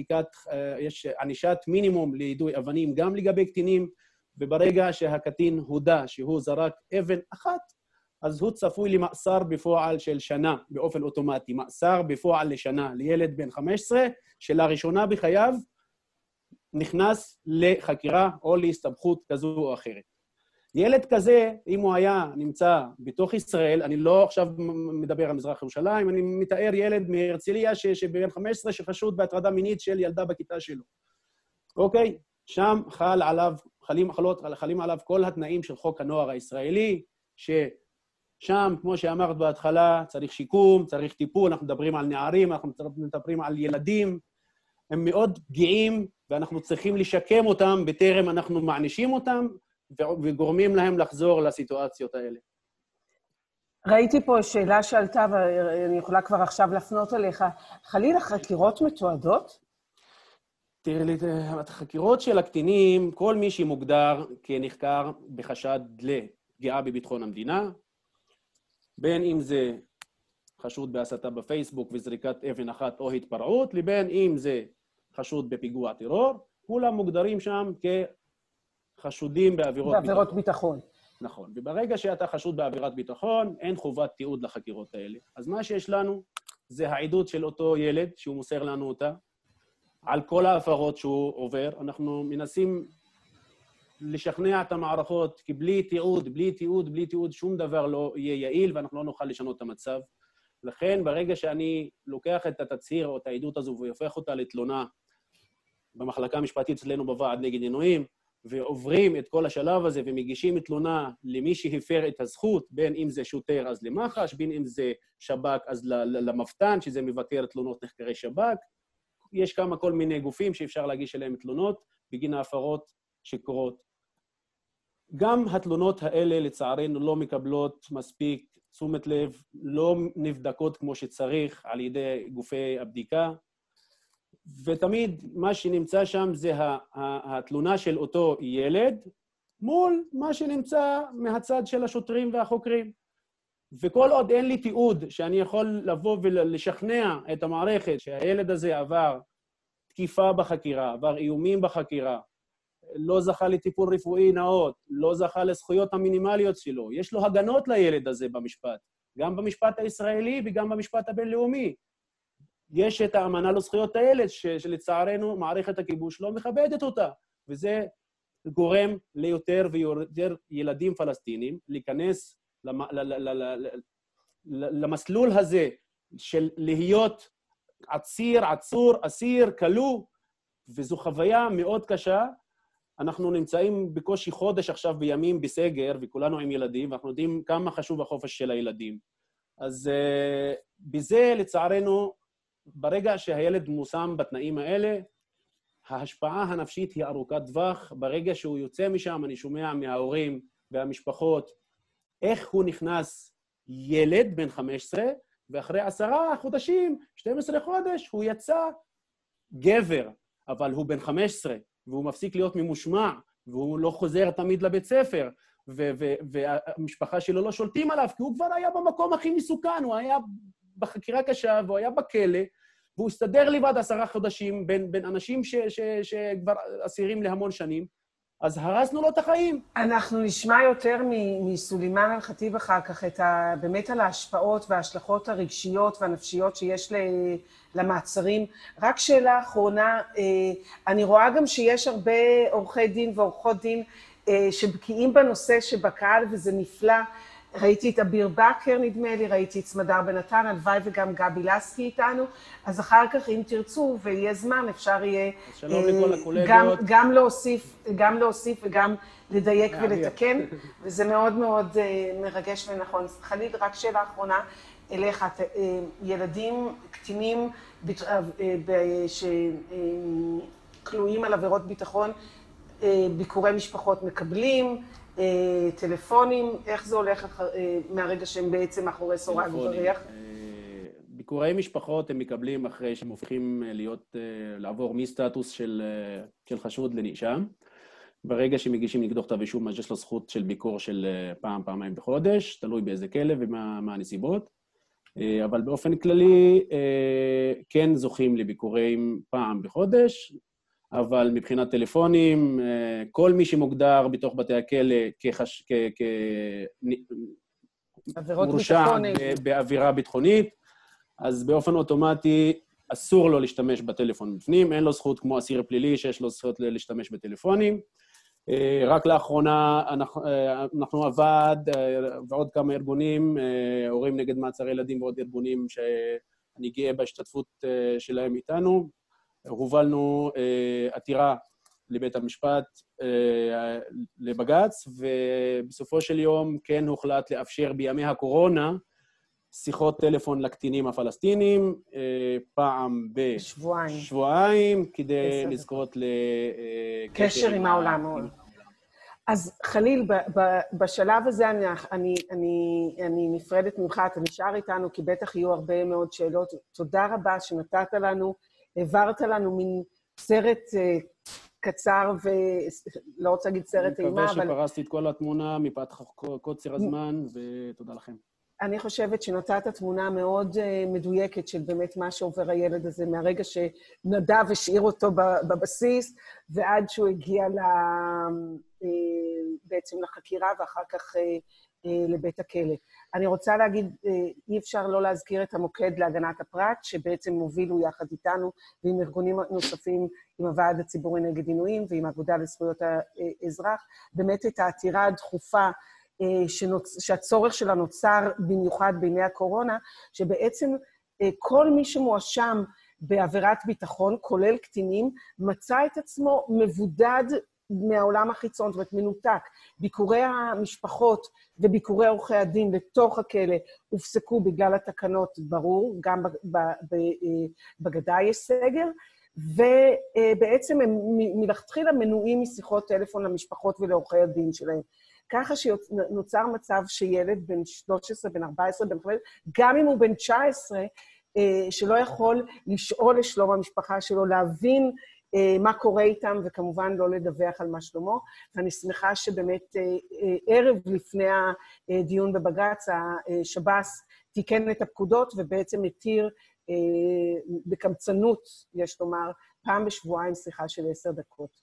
יש ענישת מינימום ליידוי אבנים גם לגבי קטינים, וברגע שהקטין הודע שהוא זרק אבן אחת, אז הוא צפוי למאסר בפועל של שנה, באופן אוטומטי. מאסר בפועל לשנה, לילד בן 15, שלראשונה בחייו נכנס לחקירה או להסתבכות כזו או אחרת. ילד כזה, אם הוא היה נמצא בתוך ישראל, אני לא עכשיו מדבר על מזרח ירושלים, אני מתאר ילד מהרצליה שבן 15 שחשוד בהטרדה מינית של ילדה בכיתה שלו. אוקיי? שם חלים עליו כל התנאים של חוק הנוער הישראלי, ששם, כמו שאמרת בהתחלה, צריך שיקום, צריך טיפול, אנחנו מדברים על נערים, אנחנו מדברים על ילדים, הם מאוד פגיעים, ואנחנו צריכים לשקם אותם בטרם אנחנו מענישים אותם, וגורמים להם לחזור לסיטואציות האלה. ראיתי פה שאלה שעלתה, ואני יכולה כבר עכשיו לפנות אליך. חלילה חקירות מתועדות? תראה לי, החקירות של הקטינים, כל מי שמוגדר כנחקר בחשד לפגיעה בביטחון המדינה, בין אם זה חשוד בהסתה בפייסבוק וזריקת אבן אחת או התפרעות, לבין אם זה חשוד בפיגוע טרור, כולם מוגדרים שם כחשודים בעבירות ביטחון. נכון, וברגע שאתה חשוד בעבירת ביטחון, אין חובת תיעוד לחקירות האלה. אז מה שיש לנו זה העדות של אותו ילד, שהוא מוסר לנו אותה, על כל ההפרות שהוא עובר. אנחנו מנסים לשכנע את המערכות, כי בלי תיעוד, שום דבר לא יהיה יעיל, ואנחנו לא נוכל לשנות את המצב. לכן, ברגע שאני לוקח את התצהיר או את העדות הזו והופך אותה לתלונה במחלקה המשפטית אצלנו בוועד נגד עינויים, ועוברים את כל השלב הזה ומגישים תלונה למי שהפר את הזכות, בין אם זה שוטר אז למח"ש, בין אם זה שב"כ אז למפתן, שזה מבקר תלונות נחקרי שב"כ. יש כל מיני גופים שאפשר להגיש אליהם תלונות בגין ההפרות שקורות. גם התלונות האלה לצערנו לא מקבלות מספיק תשומת לב, לא נבדקות כמו שצריך על ידי גופי הבדיקה, ותמיד מה שנמצא שם זה התלונה של אותו ילד מול מה שנמצא מהצד של השוטרים והחוקרים. וכל עוד אין לי תיעוד שאני יכול לבוא ולשכנע את המערכת שהילד הזה עבר תקיפה בחקירה, עבר איומים בחקירה, לא זכה לטיפול רפואי נאות, לא זכה לזכויות המינימליות שלו, יש לו הגנות לילד הזה במשפט, גם במשפט הישראלי וגם במשפט הבינלאומי. יש את האמנה לזכויות הילד, שלצערנו מערכת הכיבוש לא מכבדת אותה, וזה גורם ליותר ויותר ילדים פלסטינים להיכנס למסלול הזה של להיות עצור, אסיר, כלוא, וזו חוויה מאוד קשה. אנחנו נמצאים בקושי חודש עכשיו בימים בסגר, וכולנו עם ילדים, ואנחנו יודעים כמה חשוב החופש של הילדים. אז בזה, לצערנו, ברגע שהילד מושם בתנאים האלה, ההשפעה הנפשית היא ארוכת טווח. ברגע שהוא יוצא משם, אני שומע מההורים והמשפחות, איך הוא נכנס ילד בן 15, ואחרי 10 חודשים, 12 חודש, הוא יצא גבר, אבל הוא בן 15, והוא מפסיק להיות ממושמע, והוא לא חוזר תמיד לבית ספר, והמשפחה שלו לא שולטים עליו, כי הוא כבר היה במקום הכי מסוכן, הוא היה בחקירה קשה, והוא היה בכלא, והוא הסתדר לבד 10 חודשים בין אנשים שכבר אסירים להמון שנים, אז הרסנו לו את החיים. אנחנו נשמע יותר מסולימאן אל-ח'טיב אחר כך, באמת על ההשפעות וההשלכות הרגשיות והנפשיות שיש למעצרים. רק שאלה אחרונה, אני רואה גם שיש הרבה עורכי דין ועורכות דין שבקיאים בנושא שבקהל, וזה נפלא. ראיתי את אביר בקר, נדמה לי, ראיתי את סמדר בן נתן, הלוואי וגם גבי לסקי איתנו, אז אחר כך, אם תרצו ויהיה זמן, אפשר יהיה גם להוסיף וגם לדייק ולתקן, וזה מאוד מאוד מרגש ונכון. חליל, רק שאלה אחרונה, אליך, ילדים קטינים שכלואים על עבירות ביטחון, ביקורי משפחות מקבלים, טלפונים, איך זה הולך מהרגע שהם בעצם מאחורי סורג ובריח? ביקורי משפחות הם מקבלים אחרי שהם הופכים לעבור מסטטוס של חשוד לנאשם. ברגע שמגישים נגדו כתב אישום, אז יש לו זכות של ביקור של פעמיים בחודש, תלוי באיזה כלא ומה הנסיבות. אבל באופן כללי כן זוכים לביקורים פעם בחודש, אבל מבחינת טלפונים, כל מי שמוגדר בתוך בתי הכלא מורשע בעבירה ביטחונית, אז באופן אוטומטי אסור לו להשתמש בטלפון בפנים, אין לו זכות כמו אסיר פלילי שיש לו זכות להשתמש בטלפונים. רק לאחרונה אנחנו עבד ועוד כמה ארגונים, הורים נגד מעצרי ילדים ועוד ארגונים שאני גאה בהשתתפות שלהם איתנו. הובלנו עתירה לבית המשפט, לבג"ץ, ובסופו של יום כן הוחלט לאפשר בימי הקורונה שיחות טלפון לקטינים הפלסטינים, פעם בשבועיים, כדי לזכות לקשר עם העולם. אז חליל, בשלב הזה אני נפרדת ממך, אתה נשאר איתנו, כי בטח יהיו הרבה מאוד שאלות. תודה רבה שנתת לנו, העברת לנו מין סרט קצר, ולא רוצה להגיד סרט אימה, אבל... אני מקווה שפרסתי את כל התמונה מפאת קוצר הזמן, ותודה לכם. אני חושבת שנתת תמונה מאוד מדויקת של באמת מה שעובר הילד הזה, מהרגע שנדב השאיר אותו בבסיס, ועד שהוא הגיע בעצם לחקירה, ואחר כך לבית הכלא. אני רוצה להגיד, אי אפשר לא להזכיר את המוקד להגנת הפרט, שבעצם מובילו יחד איתנו, ועם ארגונים נוספים, עם הוועד הציבורי נגד עינויים, ועם האגודה לזכויות האזרח, באמת את העתירה הדחופה, שהצורך שלה נוצר במיוחד בימי הקורונה, שבעצם כל מי שמואשם בעבירת ביטחון, כולל קטינים, מצא את עצמו מבודד מהעולם החיצון, זאת אומרת מנותק. ביקורי המשפחות וביקורי עורכי הדין לתוך הכלא הופסקו בגלל התקנות, ברור, גם בגדה יש סגר, ובעצם הם מלכתחילה מנועים משיחות טלפון למשפחות ולעורכי הדין שלהם. ככה שנוצר מצב שילד בן 13, בן 14, בן 15, גם אם הוא בן 19, שלא יכול לשאול לשלום המשפחה שלו, להבין מה קורה איתם, וכמובן לא לדווח על מה שלמה. ואני שמחה שבאמת ערב לפני הדיון בבג"ץ, השב"ס תיקן את הפקודות, ובעצם התיר בקמצנות, יש לומר, פעם בשבועיים שיחה של 10 דקות.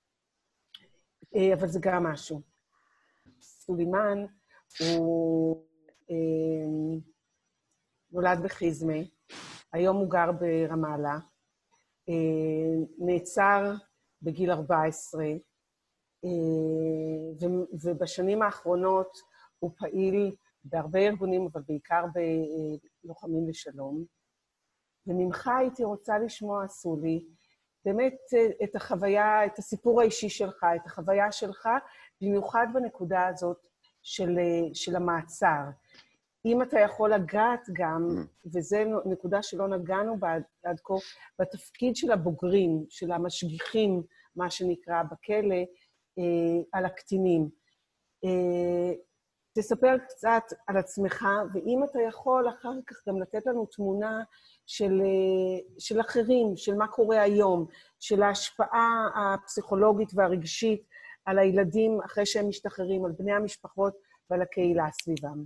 אבל זה גם משהו. סולימן הוא נולד בחיזמה, היום הוא גר ברמאללה, נעצר בגיל 14, ובשנים האחרונות הוא פעיל בהרבה ארגונים, אבל בעיקר בלוחמים לשלום. וממך הייתי רוצה לשמוע, סולי, באמת את החוויה, את הסיפור האישי שלך, את החוויה שלך, במיוחד בנקודה הזאת של המעצר. אם אתה יכול לגעת גם, וזו נקודה שלא נגענו בה עד כה, בתפקיד של הבוגרים, של המשגיחים, מה שנקרא בכלא, על הקטינים. תספר קצת על עצמך, ואם אתה יכול אחר כך גם לתת לנו תמונה של אחרים, של מה קורה היום, של ההשפעה הפסיכולוגית והרגשית על הילדים אחרי שהם משתחררים, על בני המשפחות ועל הקהילה סביבם.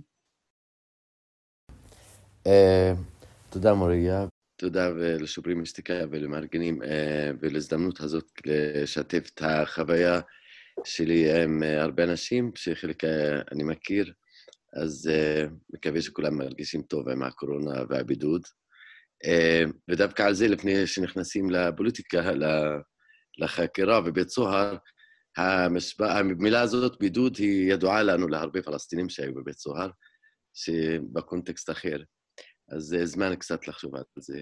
תודה מוריה, תודה לשוברים משתיקה ולמארגנים ולהזדמנות הזאת לשתף את החוויה שלי עם הרבה אנשים שחלק אני מכיר, אז מקווה שכולם מרגישים טוב עם הקורונה והבידוד. ודווקא על זה, לפני שנכנסים לפוליטיקה, לחקירה ובית סוהר, המילה הזאת, בידוד, היא ידועה לנו להרבה פלסטינים שהיו בבית סוהר, שבקונטקסט אחר. אז זה זמן קצת לחשוב על זה.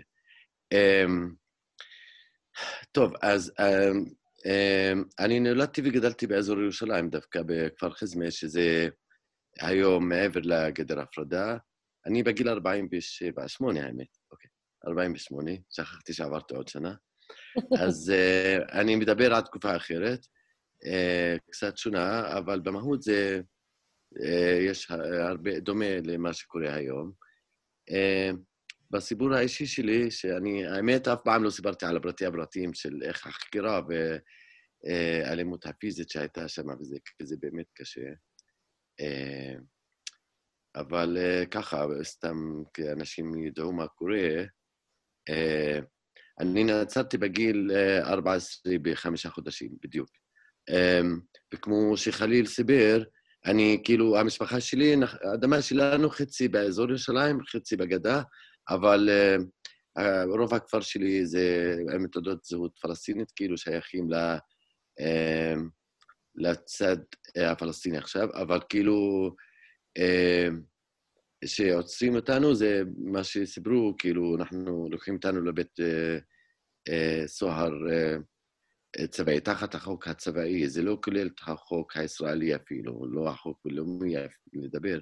טוב, אז אני נולדתי וגדלתי באזור ירושלים, דווקא בכפר חיזמה, שזה היום מעבר לגדר הפרדה, אני בגיל 47, 8 האמת, אוקיי, 48, שכחתי שעברתי עוד שנה. אז אני מדבר על תקופה אחרת, קצת שונה, אבל במהות זה, יש הרבה דומה למה שקורה היום. בסיפור האישי שלי, שאני, האמת, אף פעם לא סיפרתי על הפרטים של איך החקירה והאלימות הפיזית שהייתה שם, וזה כזה באמת קשה. אבל ככה, סתם כאנשים ידעו מה קורה, אני נעצרתי בגיל 14 ב5 חודשים, בדיוק. וכמו שחליל סיבר, אני, כאילו, המשפחה שלי, האדמה שלנו חצי באזור ירושלים, חצי בגדה, אבל רוב הכפר שלי זה עם תעודות זהות פלסטינית, כאילו שייכים לצד הפלסטיני עכשיו, אבל כאילו, שעוצרים אותנו, זה מה שסיפרו, כאילו, אנחנו לוקחים אותנו לבית סוהר צבאי, תחת החוק הצבאי, זה לא כולל את החוק הישראלי אפילו, לא החוק בלאומי לדבר.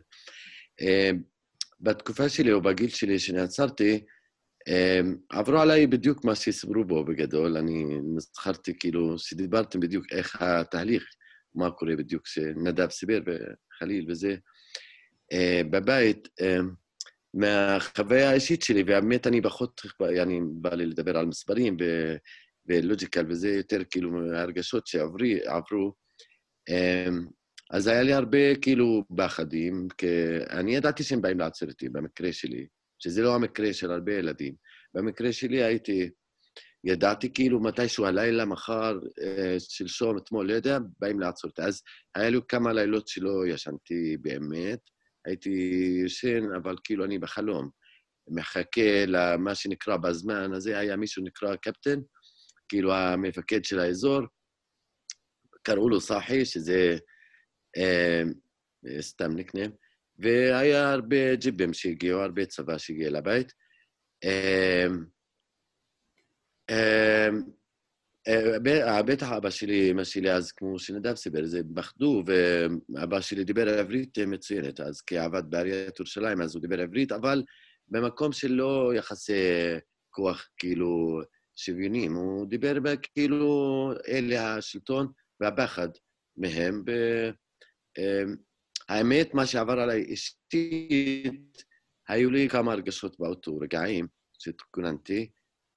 בתקופה שלי או בגיל שלי שנעצרתי, עברו עליי בדיוק מה שסיפרו בו בגדול, אני נזכרתי כאילו שדיברתם בדיוק איך התהליך, מה קורה בדיוק שנדב סיבר וחליל וזה, בבית, מהחוויה האישית שלי, והאמת אני פחות, אני בא לי לדבר על מספרים ולוג'יקל, וזה יותר כאילו הרגשות שעברו, אז היה לי הרבה כאילו פחדים, כי אני ידעתי שהם באים לעצור אותי במקרה שלי, שזה לא המקרה של הרבה ילדים. במקרה שלי ידעתי כאילו מתישהו הלילה, מחר, שלשום, אתמול, לא יודע, באים לעצור אותי. אז היה לי כמה לילות שלא ישנתי באמת, הייתי ישן, אבל כאילו אני בחלום. מחכה למה שנקרא בזמן הזה, היה מישהו נקרא קפטן, כאילו המפקד של האזור, קראו לו סחי, שזה סתם נקנם, והיה הרבה ג'יבים שהגיעו, הרבה צבא שהגיע לבית. בטח אבא שלי, אמא שלי, אז כמו שנדב סיבר, זה פחדו, ואבא שלי דיבר עברית מצוינת, אז כי עבד בעיריית ירושלים, אז הוא דיבר עברית, אבל במקום שלא יחסי כוח כאילו שוויונים, הוא דיבר כאילו אלה השלטון והפחד מהם, האמת, מה שעבר עליי אישית, היו לי כמה הרגשות באותו רגעים שתכוננתי.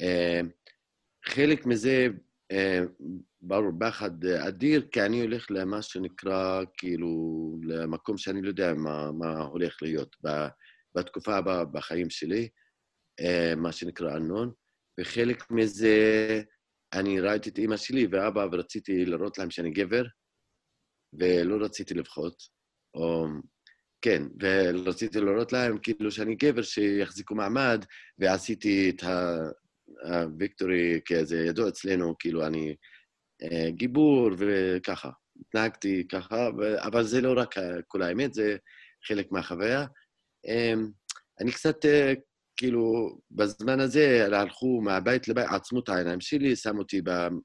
חלק מזה ברור פחד אדיר, כי אני הולך למה שנקרא, כאילו, למקום שאני לא יודע מה הולך להיות בתקופה הבאה בחיים שלי, מה שנקרא אנון, וחלק מזה אני ראיתי את אמא שלי ואבא ורציתי לראות להם שאני גבר, ולא רציתי לבחות, או כן, ורציתי לראות להם כאילו שאני גבר שיחזיקו מעמד, ועשיתי את הוויקטורי כזה ידוע אצלנו, כאילו אני גיבור וככה, התנהגתי ככה, אבל זה לא רק כל האמת, זה חלק מהחוויה. אני קצת כאילו בזמן הזה הלכו מהבית לבית, עצמו את העיניים שלי, שם אותי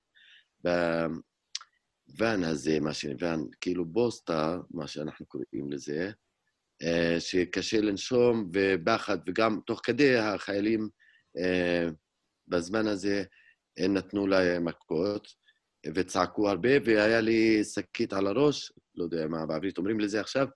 ואן הזה, ואן, כאילו בוסטה, מה שאנחנו קוראים לזה, שקשה לנשום ובחד, וגם תוך כדי החיילים בזמן הזה נתנו להם מכות, וצעקו הרבה, והיה לי שקית על הראש, לא יודע מה בעברית אומרים לזה עכשיו,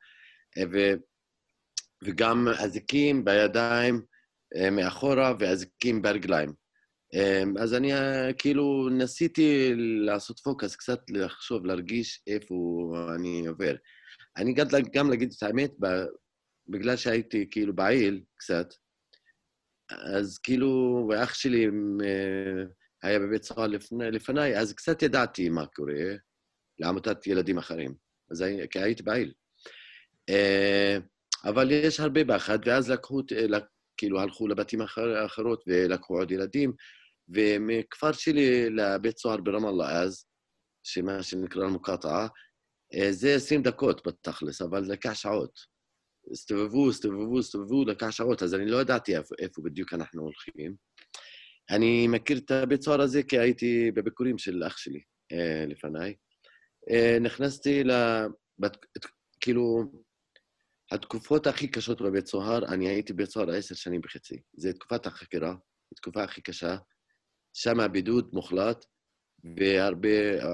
וגם אזיקים בידיים מאחורה, ואזיקים ברגליים. אז אני כאילו ניסיתי לעשות פוקס, קצת לחשוב, להרגיש איפה אני עובר. אני גם להגיד את האמת, בגלל שהייתי כאילו בעיל קצת, אז כאילו, ואח שלי היה בבית סוהר לפניי, אז קצת ידעתי מה קורה לעמותת ילדים אחרים, כי הייתי בעיל. אבל יש הרבה פחד, ואז כאילו הלכו לבתים אחרות ולקחו עוד ילדים, ומכפר שלי לבית סוהר ברמאללה אז, שמה שנקרא מוקטעה, זה 20 דקות בתכלס, אבל לקח שעות. הסתובבו, לקח שעות, אז אני לא ידעתי איפה בדיוק אנחנו הולכים. אני מכיר את הבית סוהר הזה כי הייתי בביקורים של אח שלי לפניי. נכנסתי כאילו, התקופות הכי קשות בבית סוהר, אני הייתי בבית סוהר 10 שנים וחצי. זה תקופת החקירה, התקופה הכי קשה. שם הבידוד מוחלט, והרבה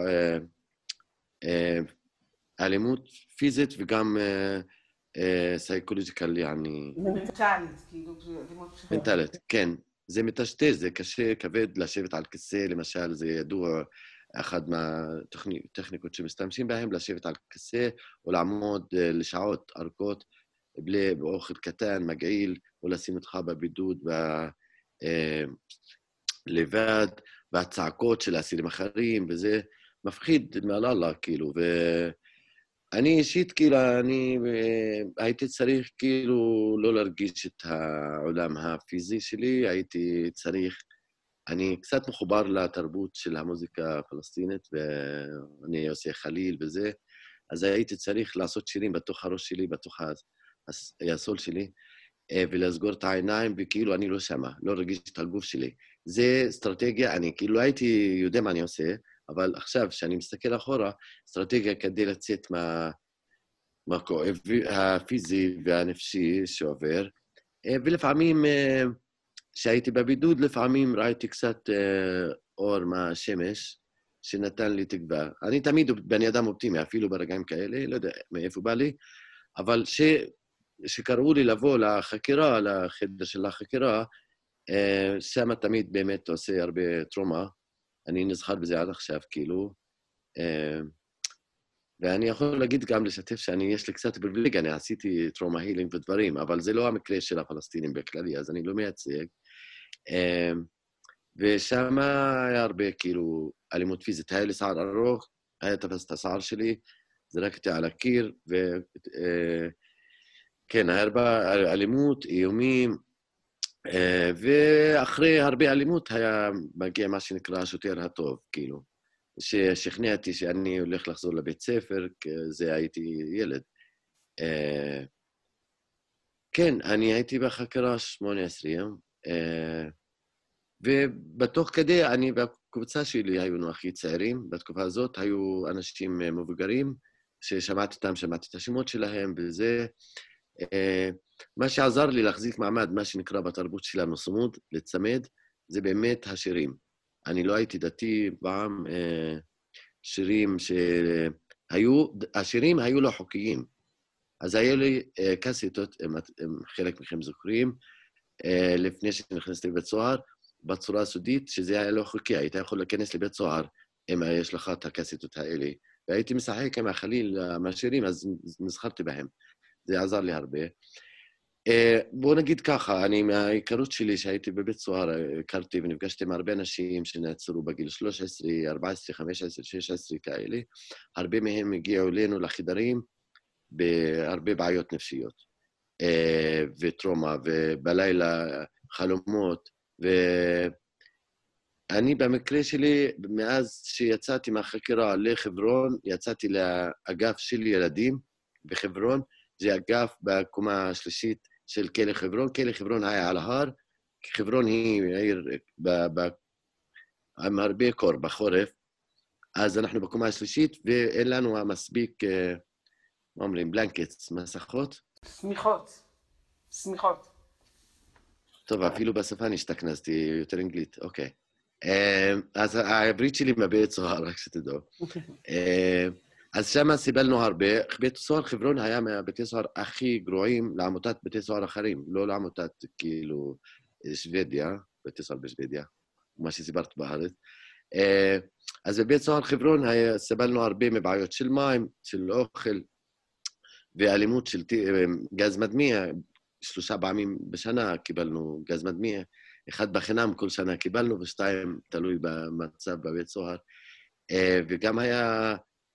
אלימות פיזית וגם סייקולוג'יקל, יעני... מנטלית, כאילו, מנטלית, כן. זה מטשטש, זה קשה, כבד לשבת על כיסא, למשל, זה ידוע, אחת מהטכניקות שמשתמשים בהם, לשבת על כיסא, או לעמוד לשעות ארוכות, באוכל קטן, מגעיל, או לשים אותך בבידוד, לבד, והצעקות של האסירים אחרים, וזה מפחיד מעל כאילו, ואני אישית, כאילו, אני הייתי צריך, כאילו, לא להרגיש את העולם הפיזי שלי, הייתי צריך, אני קצת מחובר לתרבות של המוזיקה הפלסטינית, ואני עושה חליל וזה, אז הייתי צריך לעשות שירים בתוך הראש שלי, בתוך הסול שלי, ולסגור את העיניים, וכאילו אני לא שמה, לא רגיש את הגוף שלי. זה אסטרטגיה, אני כאילו הייתי יודע מה אני עושה, אבל עכשיו, כשאני מסתכל אחורה, אסטרטגיה כדי לצאת מהכואב הפיזי והנפשי שעובר, ולפעמים, כשהייתי בבידוד, לפעמים ראיתי קצת אור מהשמש, שנתן לי תקווה. אני תמיד בני אדם אופטימי, אפילו ברגעים כאלה, לא יודע מאיפה בא לי, אבל שקראו לי לבוא לחקירה, לחדר של החקירה, שם תמיד באמת עושה הרבה טראומה. אני נזכר בזה עד עכשיו, כאילו. ואני יכול להגיד גם לשתף יש לי קצת פריבילגיה, אני עשיתי טראומה הילינג ודברים, אבל זה לא המקרה של הפלסטינים בכללי, אז אני לא מייצג. ושם היה הרבה, כאילו, אלימות פיזית. היה לי שער ארוך, היה תפס את השער שלי, זרקתי על הקיר, כן, היה הרבה אלימות, איומים, ואחרי הרבה אלימות היה מגיע מה שנקרא השוטר הטוב, כאילו, ששכנעתי שאני הולך לחזור לבית ספר, כי זה הייתי ילד. כן, אני הייתי בחקירה 18 יום, ובתוך כדי, אני בקבוצה שלי היינו הכי צעירים, בתקופה הזאת היו אנשים מבוגרים, ששמעתי את השמות שלהם, וזה... מה שעזר לי להחזיק מעמד, מה שנקרא בתרבות שלנו סמוד, לצמד, זה באמת השירים. אני לא הייתי דתי פעם, שירים השירים היו לא חוקיים. אז היה לי קסטות, חלק מכם זוכרים, לפני שנכנסתי לבית סוהר, בצורה סודית, שזה היה לא חוקי, היית יכול להיכנס לבית סוהר, אם יש לך את הקסטות האלה, והייתי משחק עם החליל מהשירים, אז נזכרתי בהם. זה עזר לי הרבה. בואו נגיד ככה, אני מההיכרות שלי שהייתי בבית סוהר, הכרתי ונפגשתי עם הרבה אנשים שנעצרו בגיל 13, 14, 15, 16 כאלה. הרבה מהם הגיעו אלינו לחדרים בהרבה בעיות נפשיות, וטראומה, ובלילה חלומות, ואני במקרה שלי, מאז שיצאתי מהחקירה לחברון, יצאתי לאגף של ילדים בחברון, זה אגף בקומה השלישית של כלא חברון. כלא חברון היה על ההר, חברון היא עיר עם הרבה קור בחורף, אז אנחנו בקומה השלישית, ואין לנו מספיק, מה אומרים, בלנקטס, מסכות? סמיכות. טוב, אפילו בשפה נשתכנסתי, יותר אנגלית, אוקיי. אז העברית שלי מבית סוהר, רק שתדעו. אז שם סיבלנו הרבה. בית סוהר חברון היה מהבתי סוהר הכי גרועים לעמותת בתי סוהר אחרים, לא לעמותת כאילו שוודיה, בתי סוהר בשוודיה, מה שסיברת בארץ. אז בבית סוהר חברון סיבלנו הרבה מבעיות של מים, של אוכל, ואלימות של גז מדמיע. 3 פעמים בשנה קיבלנו גז מדמיע, 1 בחינם כל שנה קיבלנו, ו2 תלוי במצב בבית סוהר. וגם היה...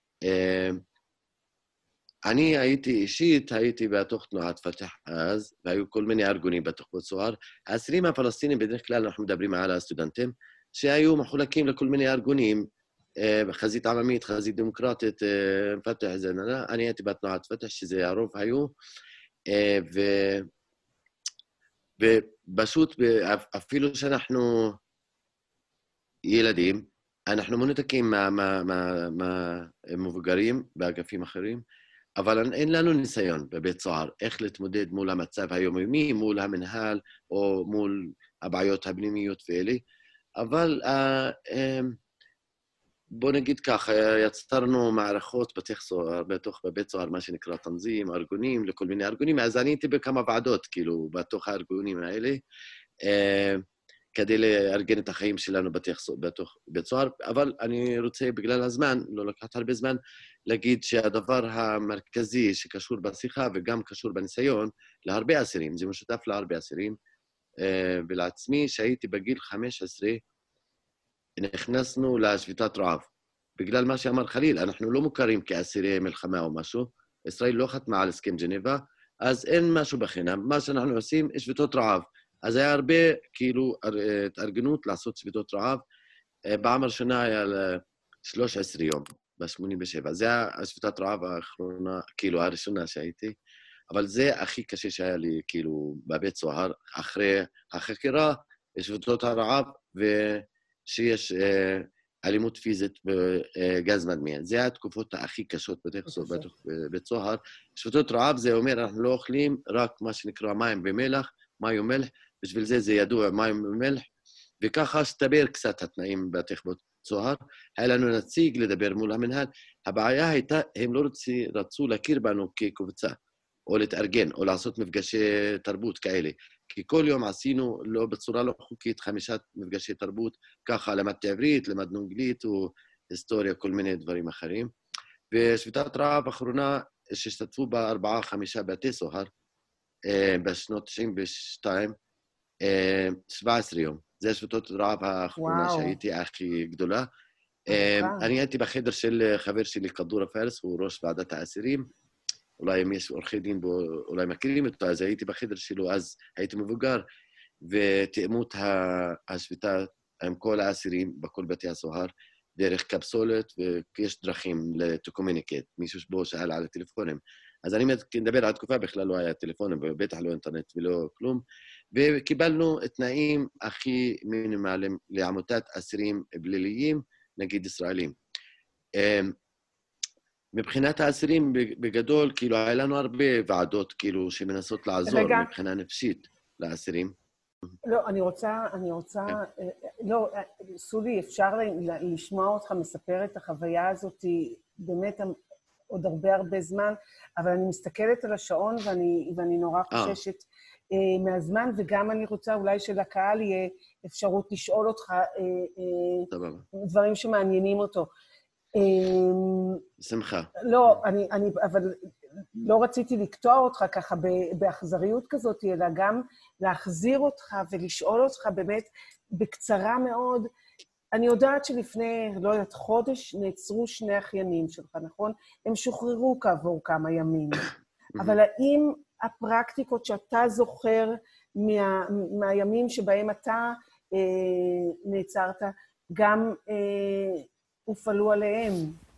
אני הייתי בתוך תנועת פתח אז, והיו כל מיני ארגונים בתוך בית סוהר. האסירים הפלסטינים, בדרך כלל אנחנו מדברים על הסטודנטים, שהיו מחולקים לכל מיני ארגונים, חזית עממית, חזית דמוקרטית, פתח, אני הייתי בתנועת פתח, שזה הרוב היו, ופשוט, אפילו שאנחנו ילדים, אנחנו מנותקים מהמבוגרים באגפים אחרים, אבל אין לנו ניסיון בבית סוהר, איך להתמודד מול המצב היומיומי, מול המנהל, או מול הבעיות הפנימיות ואלה. אבל בוא נגיד ככה, יצרנו מערכות בבית סוהר, מה שנקרא תנזים, ארגונים, לכל מיני ארגונים, אז אני הייתי בכמה ועדות, כאילו, בתוך הארגונים האלה, כדי לארגן את החיים שלנו בתוך בית סוהר, אבל אני רוצה, בגלל הזמן, לא לקחת הרבה זמן, להגיד שהדבר המרכזי שקשור בשיחה וגם קשור בניסיון, להרבה אסירים, זה משותף להרבה אסירים, ולעצמי, שהייתי בגיל 15, נכנסנו לשביתת רעב. בגלל מה שאמר חליל, אנחנו לא מוכרים כאסירי מלחמה או משהו, ישראל לא חתמה על הסכם ג'נבה, אז אין משהו בחינם. מה שאנחנו עושים, יש שביתות רעב. אז היה הרבה, כאילו, התארגנות לעשות שביתות רעב. פעם הראשונה היה 13 יום, ב-87. זה השביתת רעב האחרונה, כאילו, הראשונה שהייתי. אבל זה הכי קשה שהיה לי, כאילו, בבית סוהר, אחרי החקירה, שביתות הרעב, ושיש אלימות פיזית בגז מדמיע. זה התקופות הכי קשות בבית סוהר. שביתות רעב זה אומר, אנחנו לא אוכלים רק מה שנקרא מים ומלח, מים ומלח, בשביל זה ידוע מים ומלח, וככה הסתבר קצת התנאים בבית סוהר. היה לנו נציג לדבר מול המנהל. הבעיה הייתה, הם לא רצו להכיר בנו כקבוצה, או להתארגן, או לעשות מפגשי תרבות כאלה. כי כל יום עשינו, לא בצורה לא חוקית, 5 מפגשי תרבות, ככה למדתי עברית, למדנו אנגלית, או היסטוריה, כל מיני דברים אחרים. ושביתת רעב האחרונה, שהשתתפו בה 4-5 בתי סוהר, בשנות 92, 17 יום. זה השביתות רעב האחרונה שהייתי הכי גדולה. אני הייתי בחדר של חבר שלי, כדור הפרס, הוא ראש ועדת האסירים, אולי אם יש עורכי דין בו, אולי מכירים אותו, אז הייתי בחדר שלו, אז הייתי מבוגר, ותאמו את השביתה עם כל האסירים בכל בתי הסוהר, דרך קפסולת, ויש דרכים to-communicate, מישהו שבו שאל על הטלפונים. אז אני מדבר על התקופה, בכלל לא היה טלפונים, בטח לא אינטרנט ולא כלום, וקיבלנו תנאים הכי מינימליים לעמותת אסירים פליליים, נגיד ישראלים. מבחינת האסירים בגדול, כאילו, היה לנו הרבה ועדות, כאילו, שמנסות לעזור מבחינה נפשית לאסירים. לא, אני רוצה, לא, סולי, אפשר לשמוע אותך מספר את החוויה הזאת, באמת עוד הרבה זמן, אבל אני מסתכלת על השעון ואני נורא חוששת מהזמן, וגם אני רוצה אולי שלקהל יהיה אפשרות לשאול אותך דברים שמעניינים אותו. שמחה. לא, אבל לא רציתי לקטוע אותך ככה באכזריות כזאת, אלא גם להחזיר אותך ולשאול אותך באמת בקצרה מאוד. אני יודעת שלפני, לא יודעת, חודש נעצרו 2 אחיינים שלך, נכון? הם שוחררו כעבור כמה ימים. אבל האם הפרקטיקות שאתה זוכר מהימים שבהם אתה נעצרת, גם הופעלו עליהם?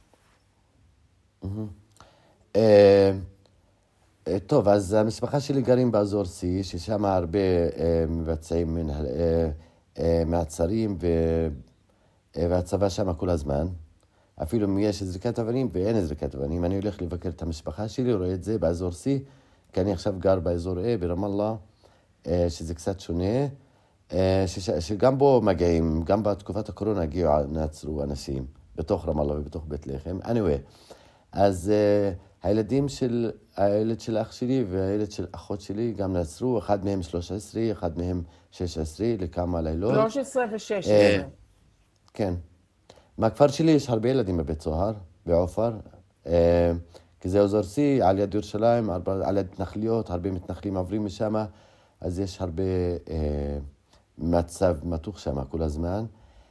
טוב, אז המשפחה שלי גרים באזור C, ששם הרבה מבצעים מעצרים, והצבא שם כל הזמן. אפילו אם יש זריקת אבנים ואין זריקת אבנים. אני הולך לבקר את המשפחה שלי, רואה את זה באזור C, כי אני עכשיו גר באזור A, ברמאללה, שזה קצת שונה, שגם בו מגיעים, גם בתקופת הקורונה נעצרו אנשים בתוך רמאללה ובתוך בית לחם. anyway, אז הילד של אח שלי והילד של אחות שלי גם נעצרו, אחד מהם 13, אחד מהם 16, לכמה לילות. 13 ו-16. כן. מהכפר שלי יש הרבה ילדים בבית סוהר, בעופר, כי זה אזור C, על יד ירושלים, על יד מתנחליות, הרבה מתנחלים עוברים משם, אז יש הרבה מצב מתוח שם כל הזמן.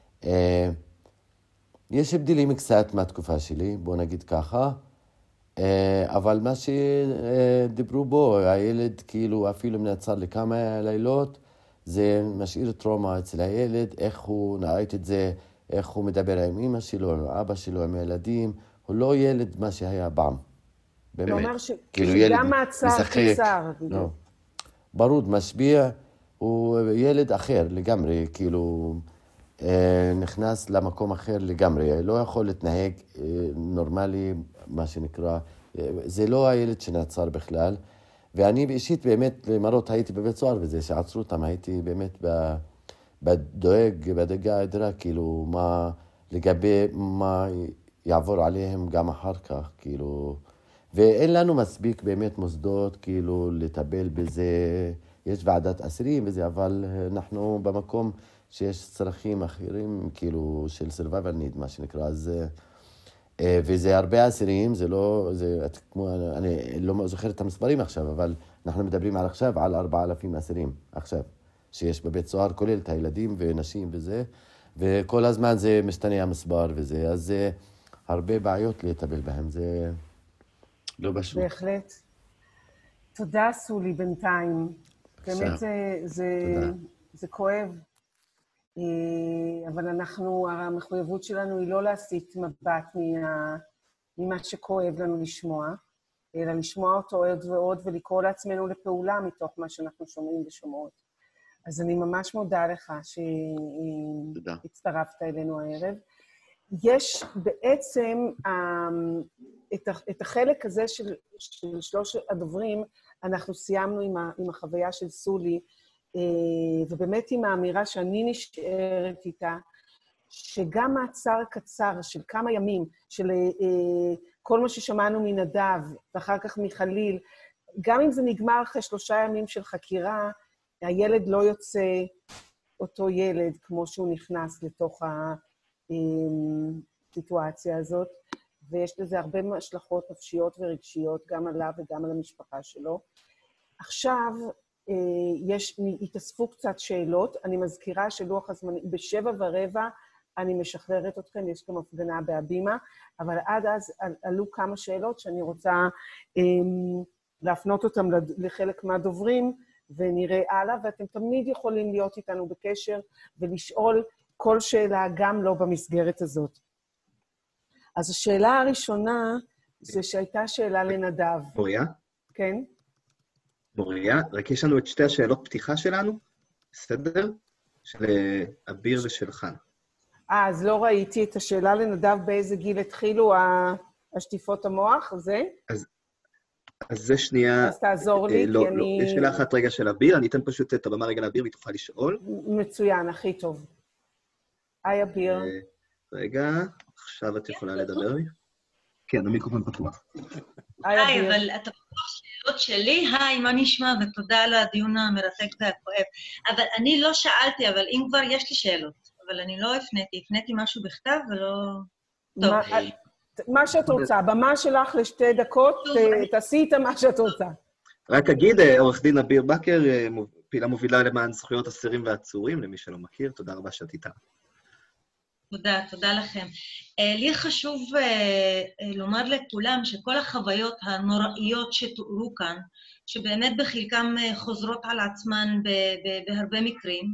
יש הבדלים קצת מהתקופה שלי, בוא נגיד ככה, אבל מה שדיברו בו, הילד כאילו אפילו נעצר לכמה לילות, זה משאיר טראומה אצל הילד, איך הוא נעית את זה, איך הוא מדבר עם אמא שלו, עם אבא שלו, עם הילדים, הוא לא ילד מה שהיה פעם. באמת. הוא אומר שגם מעצר קצר. לא. ברוד, משביע, הוא ילד אחר לגמרי, כאילו נכנס למקום אחר לגמרי, לא יכול להתנהג נורמלי, מה שנקרא, זה לא הילד שנעצר בכלל, ואני אישית באמת למרות הייתי בבית סוהר וזה, שעצרו אותם, הייתי באמת בדאגה אדירה, כאילו מה, לגבי מה יעבור עליהם גם אחר כך, כאילו, ואין לנו מספיק באמת מוסדות, כאילו, לטפל בזה, יש ועדת אסירים וזה, אבל אנחנו במקום שיש צרכים אחרים, כאילו, של survival need, מה שנקרא, אז, וזה הרבה אסירים, זה לא, זה, כמו, אני לא זוכר את המספרים עכשיו, אבל אנחנו מדברים על עכשיו, על 4,000 אסירים, עכשיו, שיש בבית סוהר, כולל את הילדים ונשים וזה, וכל הזמן זה משתנה המספר וזה, אז זה הרבה בעיות לטפל בהם, זה לא פשוט. בהחלט. תודה, סולי, בינתיים. באמת זה כואב, אבל המחויבות שלנו היא לא להסיט מבט ממה שכואב לנו לשמוע, אלא לשמוע אותו עוד ועוד ולקרוא לעצמנו לפעולה מתוך מה שאנחנו שומעים ושומעות. אז אני ממש מודה לך שהצטרפת אלינו הערב. יש בעצם את החלק הזה של שלוש הדוברים, אנחנו סיימנו עם החוויה של סולי, ובאמת עם האמירה שאני נשארת איתה, שגם מעצר קצר של כמה ימים, של כל מה ששמענו מנדב, ואחר כך מחליל, גם אם זה נגמר אחרי 3 ימים של חקירה, הילד לא יוצא אותו ילד כמו שהוא נכנס לתוך הסיטואציה הזאת, ויש לזה הרבה השלכות נפשיות ורגשיות, גם עליו וגם על המשפחה שלו. עכשיו, התאספו קצת שאלות, אני מזכירה שלוח הזמנים, ב7:15 אני משחררת אתכם, יש גם הפגנה בהבימה, אבל עד אז עלו כמה שאלות שאני רוצה להפנות אותם לחלק מהדוברים, ונראה הלאה, ואתם תמיד יכולים להיות איתנו בקשר ולשאול כל שאלה, גם לא במסגרת הזאת. אז השאלה הראשונה, זה שהייתה שאלה לנדב. מוריה? כן? מוריה, רק יש לנו את 2 השאלות פתיחה שלנו, בסדר? של אביר ושל חן. אז לא ראיתי את השאלה לנדב באיזה גיל התחילו השטיפות המוח, זה? אז זה שנייה... אז תעזור לי, לא, כי אני... לא, יש שאלה אחת רגע של אביר, אני אתן פשוט את הבמה רגע לאביר, והיא תוכל לשאול. מצוין, הכי טוב. היי, אביר. רגע, עכשיו את יכולה לדבר. כן, המיקרופון פתוח. היי, אבל אתה בטוח שאלות שלי? היי, מה נשמע? ותודה על הדיון המרתק והכואב. אבל אני לא שאלתי, אבל אם כבר יש לי שאלות, אבל אני לא הפניתי משהו בכתב ולא... טוב. מה שאת רוצה, במה שלך ל2 דקות, תעשי איתה מה שאת רוצה. רק אגיד, עורך דין אביר בקר, פעילה מובילה למען זכויות אסירים ועצורים, למי שלא מכיר, תודה רבה שאת איתה. תודה לכם. לי חשוב לומר לכולם שכל החוויות הנוראיות שתוארו כאן, שבאמת בחלקם חוזרות על עצמן בהרבה מקרים,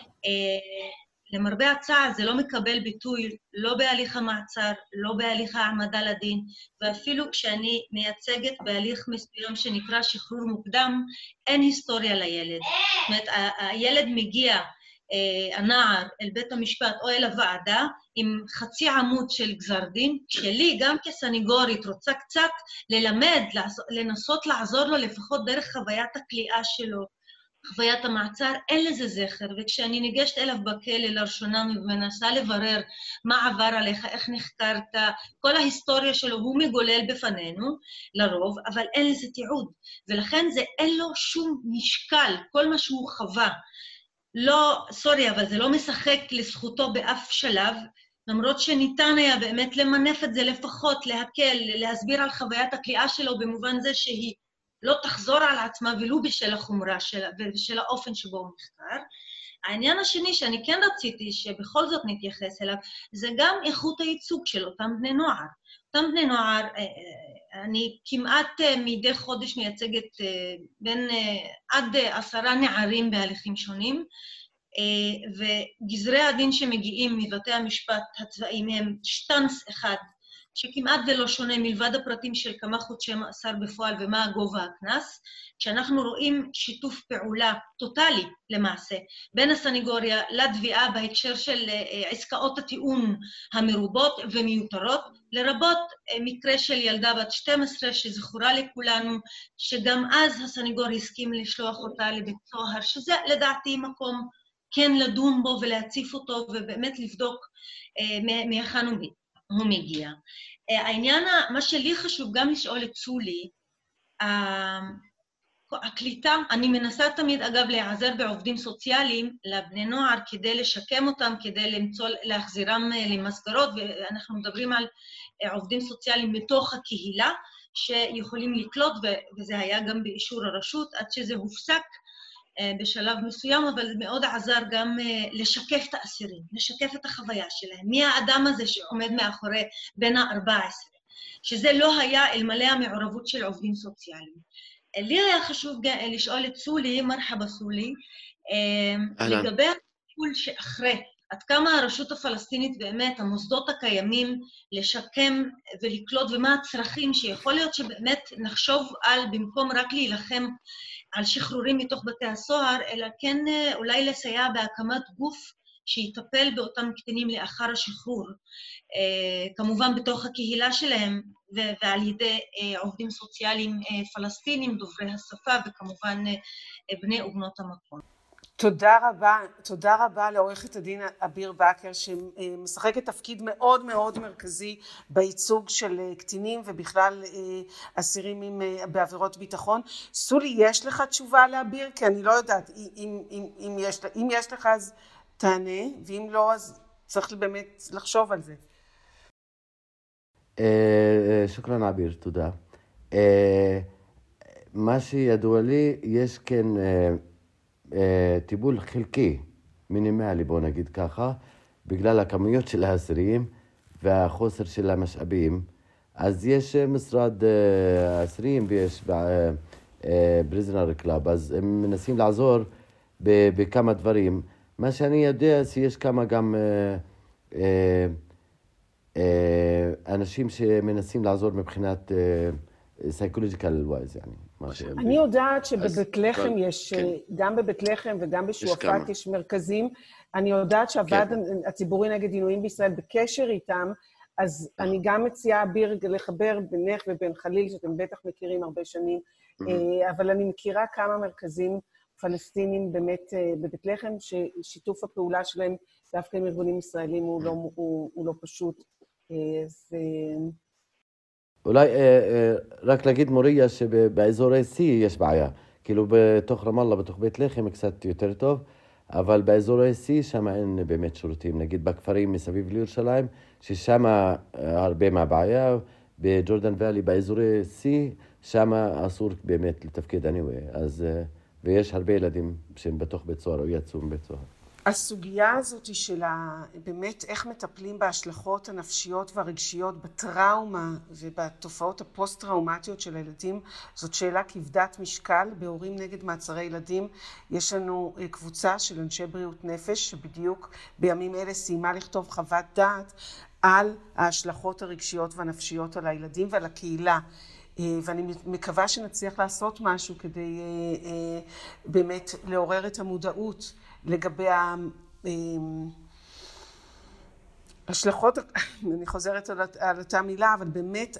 למרבה הצער זה לא מקבל ביטוי לא בהליך המעצר, לא בהליך העמדה לדין, ואפילו כשאני מייצגת בהליך מסוים שנקרא שחרור מוקדם, אין היסטוריה לילד. זאת אומרת, הילד מגיע, הנער, אל בית המשפט או אל הוועדה, עם חצי עמוד של גזר דין, שלי גם כסניגורית רוצה קצת ללמד, לנסות לעזור לו לפחות דרך חוויית הכליאה שלו, חוויית המעצר, אין לזה זכר, וכשאני ניגשת אליו בכלא לראשונה ומנסה לברר מה עבר עליך, איך נחקרת, כל ההיסטוריה שלו הוא מגולל בפנינו, לרוב, אבל אין לזה תיעוד, ולכן זה אין לו שום משקל, כל מה שהוא חווה. לא, סורי, אבל זה לא משחק לזכותו באף שלב, למרות שניתן היה באמת למנף את זה לפחות, להקל, להסביר על חוויית הכליאה שלו, במובן זה שהיא לא תחזור על עצמה ולו בשל החומרה שלה ובשל האופן שבו הוא נחקר. העניין השני שאני כן רציתי שבכל זאת נתייחס אליו, זה גם איכות הייצוג של אותם בני נוער. אותם בני נוער, אני כמעט מדי חודש מייצגת בין עד 10 נערים בהליכים שונים, וגזרי הדין שמגיעים מבתי המשפט הצבאיים הם שטנץ אחד, שכמעט ולא שונה מלבד הפרטים של כמה חודשי מאסר בפועל ומה הגובה הקנס, כשאנחנו רואים שיתוף פעולה טוטלי למעשה בין הסניגוריה לתביעה בהקשר של עסקאות הטיעון המרובות ומיותרות, לרבות מקרה של ילדה בת 12 שזכורה לכולנו, שגם אז הסניגור הסכים לשלוח אותה לבית סוהר, שזה לדעתי מקום כן לדון בו ולהציף אותו ובאמת לבדוק מהיכן הוא מגיע. העניין, מה שלי חשוב גם לשאול את סולי, הקליטה, אני מנסה תמיד אגב להיעזר בעובדים סוציאליים לבני נוער כדי לשקם אותם, כדי להחזירם למסגרות, ואנחנו מדברים על עובדים סוציאליים מתוך הקהילה שיכולים לקלוט, וזה היה גם באישור הרשות עד שזה הופסק בשלב מסוים, אבל זה מאוד עזר גם לשקף את האסירים, לשקף את החוויה שלהם. מי האדם הזה שעומד מאחורי בין ה-14, שזה לא היה אלמלא המעורבות של עובדים סוציאליים. לי היה חשוב לשאול את סולי, מרחבה סולי, לגבי הטיפול שאחרי, עד כמה הרשות הפלסטינית באמת, המוסדות הקיימים, לשקם ולקלוט, ומה הצרכים שיכול להיות שבאמת נחשוב על, במקום רק להילחם על שחרורים מתוך בתי הסוהר, אלא כן אולי לסייע בהקמת גוף שיטפל באותם קטינים לאחר השחרור, כמובן בתוך הקהילה שלהם, ועל ידי עובדים סוציאליים פלסטינים, דוברי השפה, וכמובן בני ובנות המקום. תודה רבה לעורכת הדין אביר בכר, שמשחקת תפקיד מאוד מאוד מרכזי בייצוג של קטינים ובכלל אסירים בעבירות ביטחון. סולי, יש לך תשובה לאביר? כי אני לא יודעת, אם יש לך אז תענה, ואם לא אז צריך באמת לחשוב על זה. שוקרן אביר, תודה. מה שידוע לי, יש כן טיפול חלקי, מינימלי, בוא נגיד ככה, בגלל הכמויות של האסירים והחוסר של המשאבים. אז יש משרד האסירים ויש פריזנר קלאב, אז הם מנסים לעזור בכמה דברים. מה שאני יודע, שיש כמה גם אנשים שמנסים לעזור מבחינת psychological wise, אני יודעת שבבית לחם יש, גם בבית לחם וגם בשועפאט יש מרכזים. אני יודעת שהוועד הציבורי נגד עינויים בישראל בקשר איתם, אז אני גם מציעה אביר לחבר בינך ובין חליל, שאתם בטח מכירים הרבה שנים, אבל אני מכירה כמה מרכזים פלסטינים באמת בבית לחם, ששיתוף הפעולה שלהם דווקא עם ארגונים ישראלים הוא לא פשוט. אולי רק להגיד מוריה שבאזורי C יש בעיה. כאילו בתוך רמאללה, בתוך בית לחם קצת יותר טוב, אבל באזורי C שם אין באמת שירותים. נגיד בכפרים מסביב לירושלים, ששם הרבה מהבעיה, בג'ורדן ואלי, באזורי C, שם אסור באמת לתפקד anyway. אז, ויש הרבה ילדים שהם בתוך בית סוהר או יצאו מבית סוהר. הסוגיה הזאת של באמת איך מטפלים בהשלכות הנפשיות והרגשיות בטראומה ובתופעות הפוסט-טראומטיות של הילדים, זאת שאלה כבדת משקל. בהורים נגד מעצרי ילדים יש לנו קבוצה של אנשי בריאות נפש שבדיוק בימים אלה סיימה לכתוב חוות דעת על ההשלכות הרגשיות והנפשיות על הילדים ועל הקהילה. ואני מקווה שנצליח לעשות משהו כדי באמת לעורר את המודעות לגבי ההשלכות, אני חוזרת על אותה מילה, אבל באמת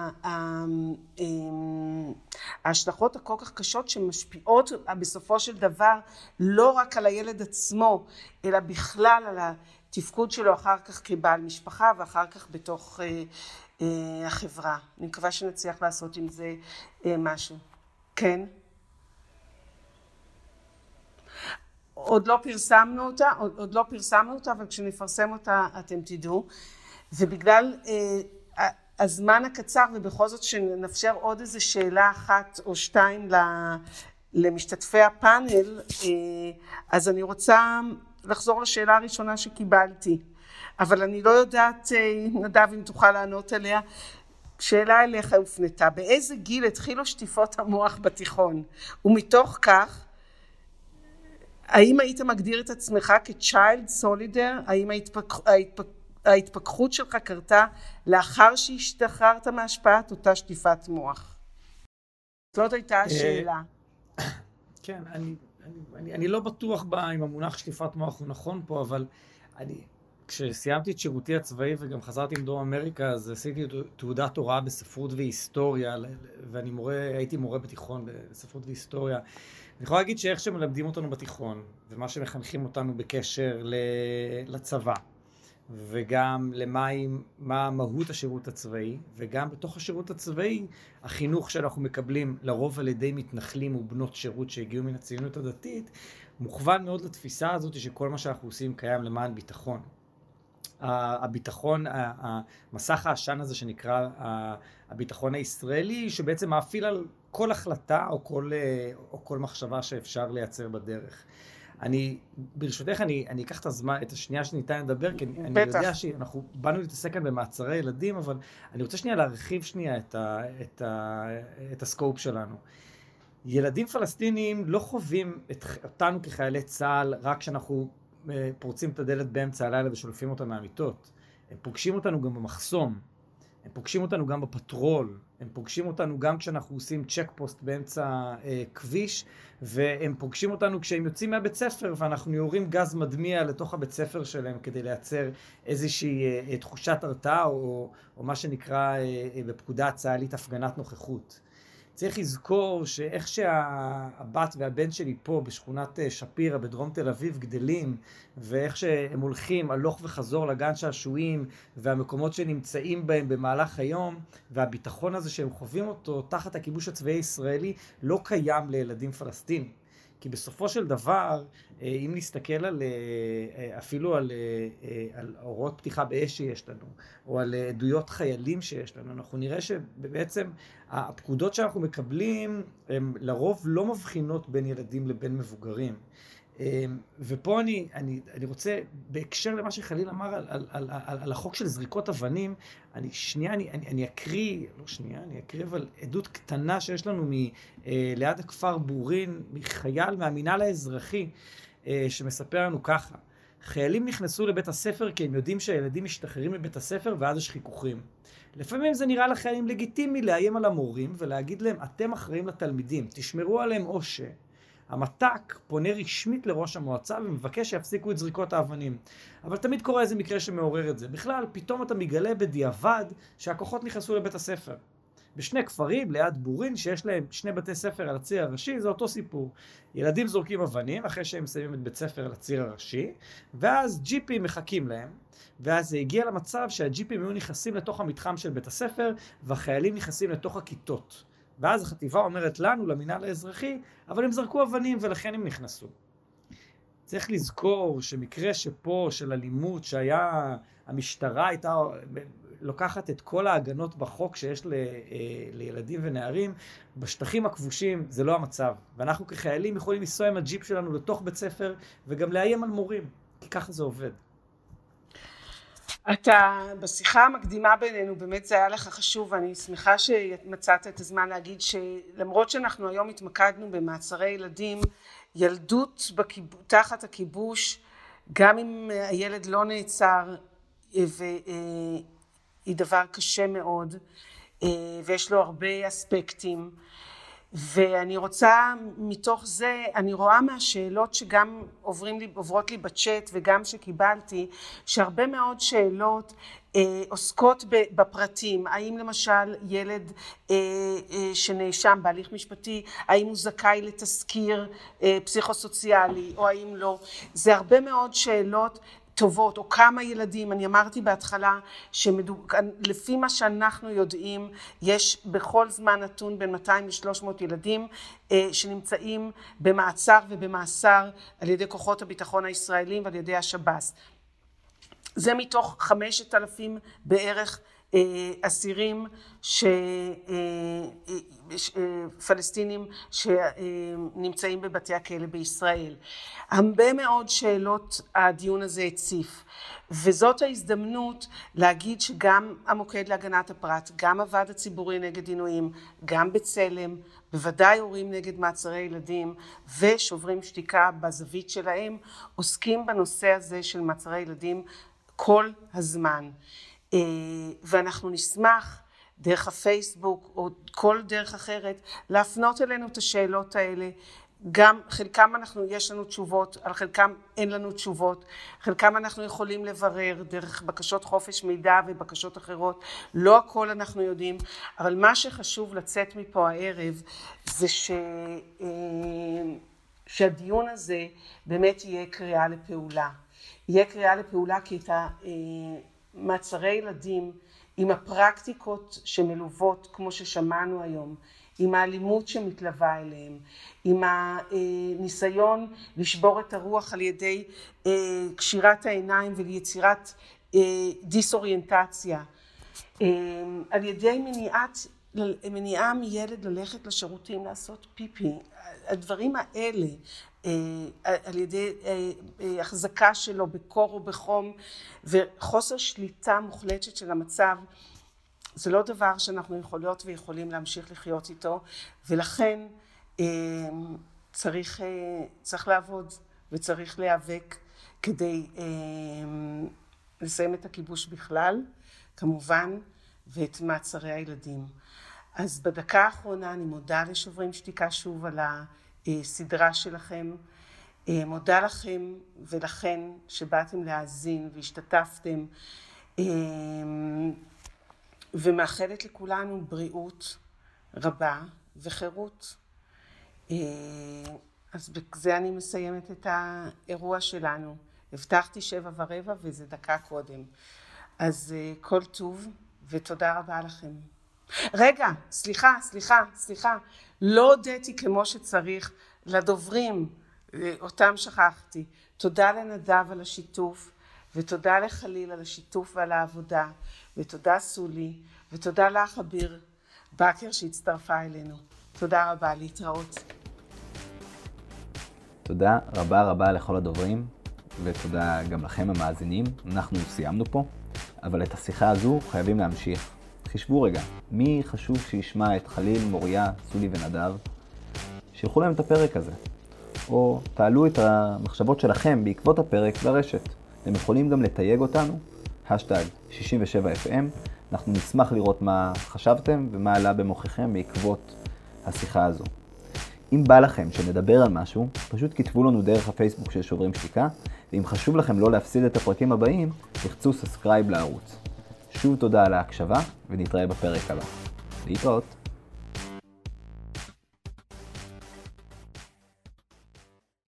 ההשלכות הכל כך קשות שמשפיעות בסופו של דבר לא רק על הילד עצמו, אלא בכלל על התפקוד שלו אחר כך כבעל משפחה ואחר כך בתוך החברה. אני מקווה שנצליח לעשות עם זה משהו. כן? עוד לא פרסמנו אותה, אבל כשנפרסם אותה אתם תדעו. ובגלל הזמן הקצר, ובכל זאת שנאפשר עוד איזו שאלה אחת או שתיים למשתתפי הפאנל, אז אני רוצה לחזור לשאלה הראשונה שקיבלתי. אבל אני לא יודעת, נדב, אם תוכל לענות עליה. שאלה אליך הופנתה, באיזה גיל התחילו שטיפות המוח בתיכון? ומתוך כך, האם היית מגדיר את עצמך כ-child solider? האם ההתפכחות שלך קרתה לאחר שהשתחררת מהשפעת אותה שטיפת מוח? זאת הייתה השאלה. כן, אני לא בטוח אם המונח שטיפת מוח הוא נכון פה, אבל כשסיימתי את שירותי הצבאי וגם חזרתי עם דרום אמריקה, אז עשיתי תעודת הוראה בספרות והיסטוריה, ואני הייתי מורה בתיכון בספרות והיסטוריה. אני יכול להגיד שאיך שמלמדים אותנו בתיכון, ומה שמחנכים אותנו בקשר לצבא, וגם מה מהות השירות הצבאי, וגם בתוך השירות הצבאי, החינוך שאנחנו מקבלים לרוב על ידי מתנחלים ובנות שירות שהגיעו מן הציונות הדתית, מוכוון מאוד לתפיסה הזאת שכל מה שאנחנו עושים קיים למען ביטחון. הביטחון, מסך העשן הזה שנקרא הביטחון הישראלי, שבעצם מאפיל על כל החלטה או כל מחשבה שאפשר לייצר בדרך. ברשותך, אני אקח את השנייה שניתן לדבר, כי אני יודע שאנחנו באנו להתעסק כאן במעצרי ילדים, אבל אני רוצה שנייה להרחיב שנייה את הסקופ שלנו. ילדים פלסטינים לא חווים אותנו כחיילי צה"ל רק כשאנחנו פורצים את הדלת באמצע הלילה ושולפים אותם מהמיטות. הם פוגשים אותנו גם במחסום, הם פוגשים אותנו גם בפטרול, הם פוגשים אותנו גם כשאנחנו עושים צ'ק פוסט באמצע כביש, והם פוגשים אותנו כשהם יוצאים מהבית ספר ואנחנו יורים גז מדמיע לתוך הבית ספר שלהם כדי לייצר איזושהי תחושת הרתעה או מה שנקרא בפקודה הצה"לית הפגנת נוכחות. צריך לזכור שאיך שהבת והבן שלי פה בשכונת שפירא בדרום תל אביב גדלים, ואיך שהם הולכים הלוך וחזור לגן שעשועים, והמקומות שנמצאים בהם במהלך היום, והביטחון הזה שהם חווים אותו תחת הכיבוש הצבאי הישראלי, לא קיים לילדים פלסטינים. כי בסופו של דבר, אם נסתכל אפילו על הוראות פתיחה באש שיש לנו, או על עדויות חיילים שיש לנו, אנחנו נראה שבעצם הפקודות שאנחנו מקבלים, הן לרוב לא מבחינות בין ילדים לבין מבוגרים. ופה אני רוצה, בהקשר למה שחליל אמר על החוק של זריקות אבנים, אני אקריא אבל עדות קטנה שיש לנו ליד הכפר בורין, מחייל מהמינהל האזרחי, שמספר לנו ככה: חיילים נכנסו לבית הספר כי הם יודעים שהילדים משתחררים מבית הספר ואז יש חיכוכים. לפעמים זה נראה לחיילים לגיטימי לאיים על המורים ולהגיד להם, אתם אחראים לתלמידים, תשמרו עליהם או ש... המת"ק פונה רשמית לראש המועצה ומבקש שיפסיקו את זריקות האבנים. אבל תמיד קורה איזה מקרה שמעורר את זה. בכלל, פתאום אתה מגלה בדיעבד שהכוחות נכנסו לבית הספר. בשני כפרים, ליד בורין, שיש להם שני בתי ספר על הציר הראשי, זה אותו סיפור. ילדים זורקים אבנים אחרי שהם מסיימים את בית ספר על הציר הראשי, ואז ג'יפים מחכים להם, ואז זה הגיע למצב שהג'יפים היו נכנסים לתוך המתחם של בית הספר, והחיילים נכנסים לתוך הכיתות. ואז החטיבה אומרת לנו, למינהל האזרחי, אבל הם זרקו אבנים ולכן הם נכנסו. צריך לזכור שמקרה שפה של אלימות שהיה, המשטרה הייתה לוקחת את כל ההגנות בחוק שיש לילדים ונערים, בשטחים הכבושים זה לא המצב. ואנחנו כחיילים יכולים לנסוע עם הג'יפ שלנו לתוך בית ספר וגם לאיים על מורים, כי ככה זה עובד. אתה בשיחה המקדימה בינינו, באמת זה היה לך חשוב, ואני שמחה שמצאת את הזמן להגיד שלמרות שאנחנו היום התמקדנו במעצרי ילדים, ילדות תחת הכיבוש, גם אם הילד לא נעצר, היא דבר קשה מאוד, ויש לו הרבה אספקטים. ואני רוצה מתוך זה, אני רואה מהשאלות שגם עוברות לי בצ'אט וגם שקיבלתי, שהרבה מאוד שאלות עוסקות בפרטים. האם למשל ילד שנאשם בהליך משפטי, האם הוא זכאי לתסקיר פסיכוסוציאלי או האם לא. זה הרבה מאוד שאלות טובות, או כמה ילדים. אני אמרתי בהתחלה שלפי מה שאנחנו יודעים, יש בכל זמן נתון בין 200 ל-300 ילדים שנמצאים במעצר ובמאסר על ידי כוחות הביטחון הישראלים ועל ידי השב"ס. זה מתוך 5,000 בערך אסירים פלסטינים שנמצאים בבתי הכלא בישראל. הרבה מאוד שאלות הדיון הזה הציף, וזאת ההזדמנות להגיד שגם המוקד להגנת הפרט, גם הוועד הציבורי נגד עינויים, גם בצלם, בוודאי הורים נגד מעצרי ילדים ושוברים שתיקה בזווית שלהם, עוסקים בנושא הזה של מעצרי ילדים כל הזמן. ואנחנו נשמח דרך הפייסבוק או כל דרך אחרת להפנות אלינו את השאלות האלה. גם חלקם יש לנו תשובות, על חלקם אין לנו תשובות, חלקם אנחנו יכולים לברר דרך בקשות חופש מידע ובקשות אחרות, לא הכל אנחנו יודעים, אבל מה שחשוב לצאת מפה הערב זה שהדיון הזה באמת יהיה קריאה לפעולה. יהיה קריאה לפעולה כי את מעצרי ילדים עם הפרקטיקות שמלוות כמו ששמענו היום, עם האלימות שמתלווה אליהם, עם הניסיון לשבור את הרוח על ידי קשירת העיניים וליצירת דיסאוריינטציה, על ידי מניעה מילד ללכת לשירותים לעשות פיפי, הדברים האלה, על ידי החזקה שלו בקור או בחום וחוסר שליטה מוחלטת של המצב, זה לא דבר שאנחנו יכולות ויכולים להמשיך לחיות איתו, ולכן צריך לעבוד וצריך להיאבק כדי לסיים את הכיבוש בכלל, כמובן, ואת מעצרי הילדים. אז בדקה האחרונה אני מודה לשוברים שתיקה שוב על הסדרה שלכם, מודה לכם ולכן שבאתם להאזין והשתתפתם, ומאחלת לכולנו בריאות רבה וחירות. אז בזה אני מסיימת את האירוע שלנו. הבטחתי 7:15 וזה דקה קודם. אז כל טוב ותודה רבה לכם. רגע, סליחה. לא הודיתי כמו שצריך לדוברים, אותם שכחתי. תודה לנדב על השיתוף, ותודה לחליל על השיתוף ועל העבודה, ותודה סולי, ותודה לך אביר בקר שהצטרפה אלינו. תודה רבה, להתראות. תודה רבה לכל הדוברים, ותודה גם לכם המאזינים. אנחנו סיימנו פה, אבל את השיחה הזו חייבים להמשיך. חשבו רגע, מי חשוב שישמע את חליל, מוריה, סולי ונדב? שילחו להם את הפרק הזה. או תעלו את המחשבות שלכם בעקבות הפרק לרשת. אתם יכולים גם לתייג אותנו, #67FM. אנחנו נשמח לראות מה חשבתם ומה עלה במוחכם בעקבות השיחה הזו. אם בא לכם שנדבר על משהו, פשוט כתבו לנו דרך הפייסבוק של שוברים שתיקה, ואם חשוב לכם לא להפסיד את הפרקים הבאים, תחצו סאבסקרייב לערוץ. שוב תודה על ההקשבה, ונתראה בפרק הבא. להתראות.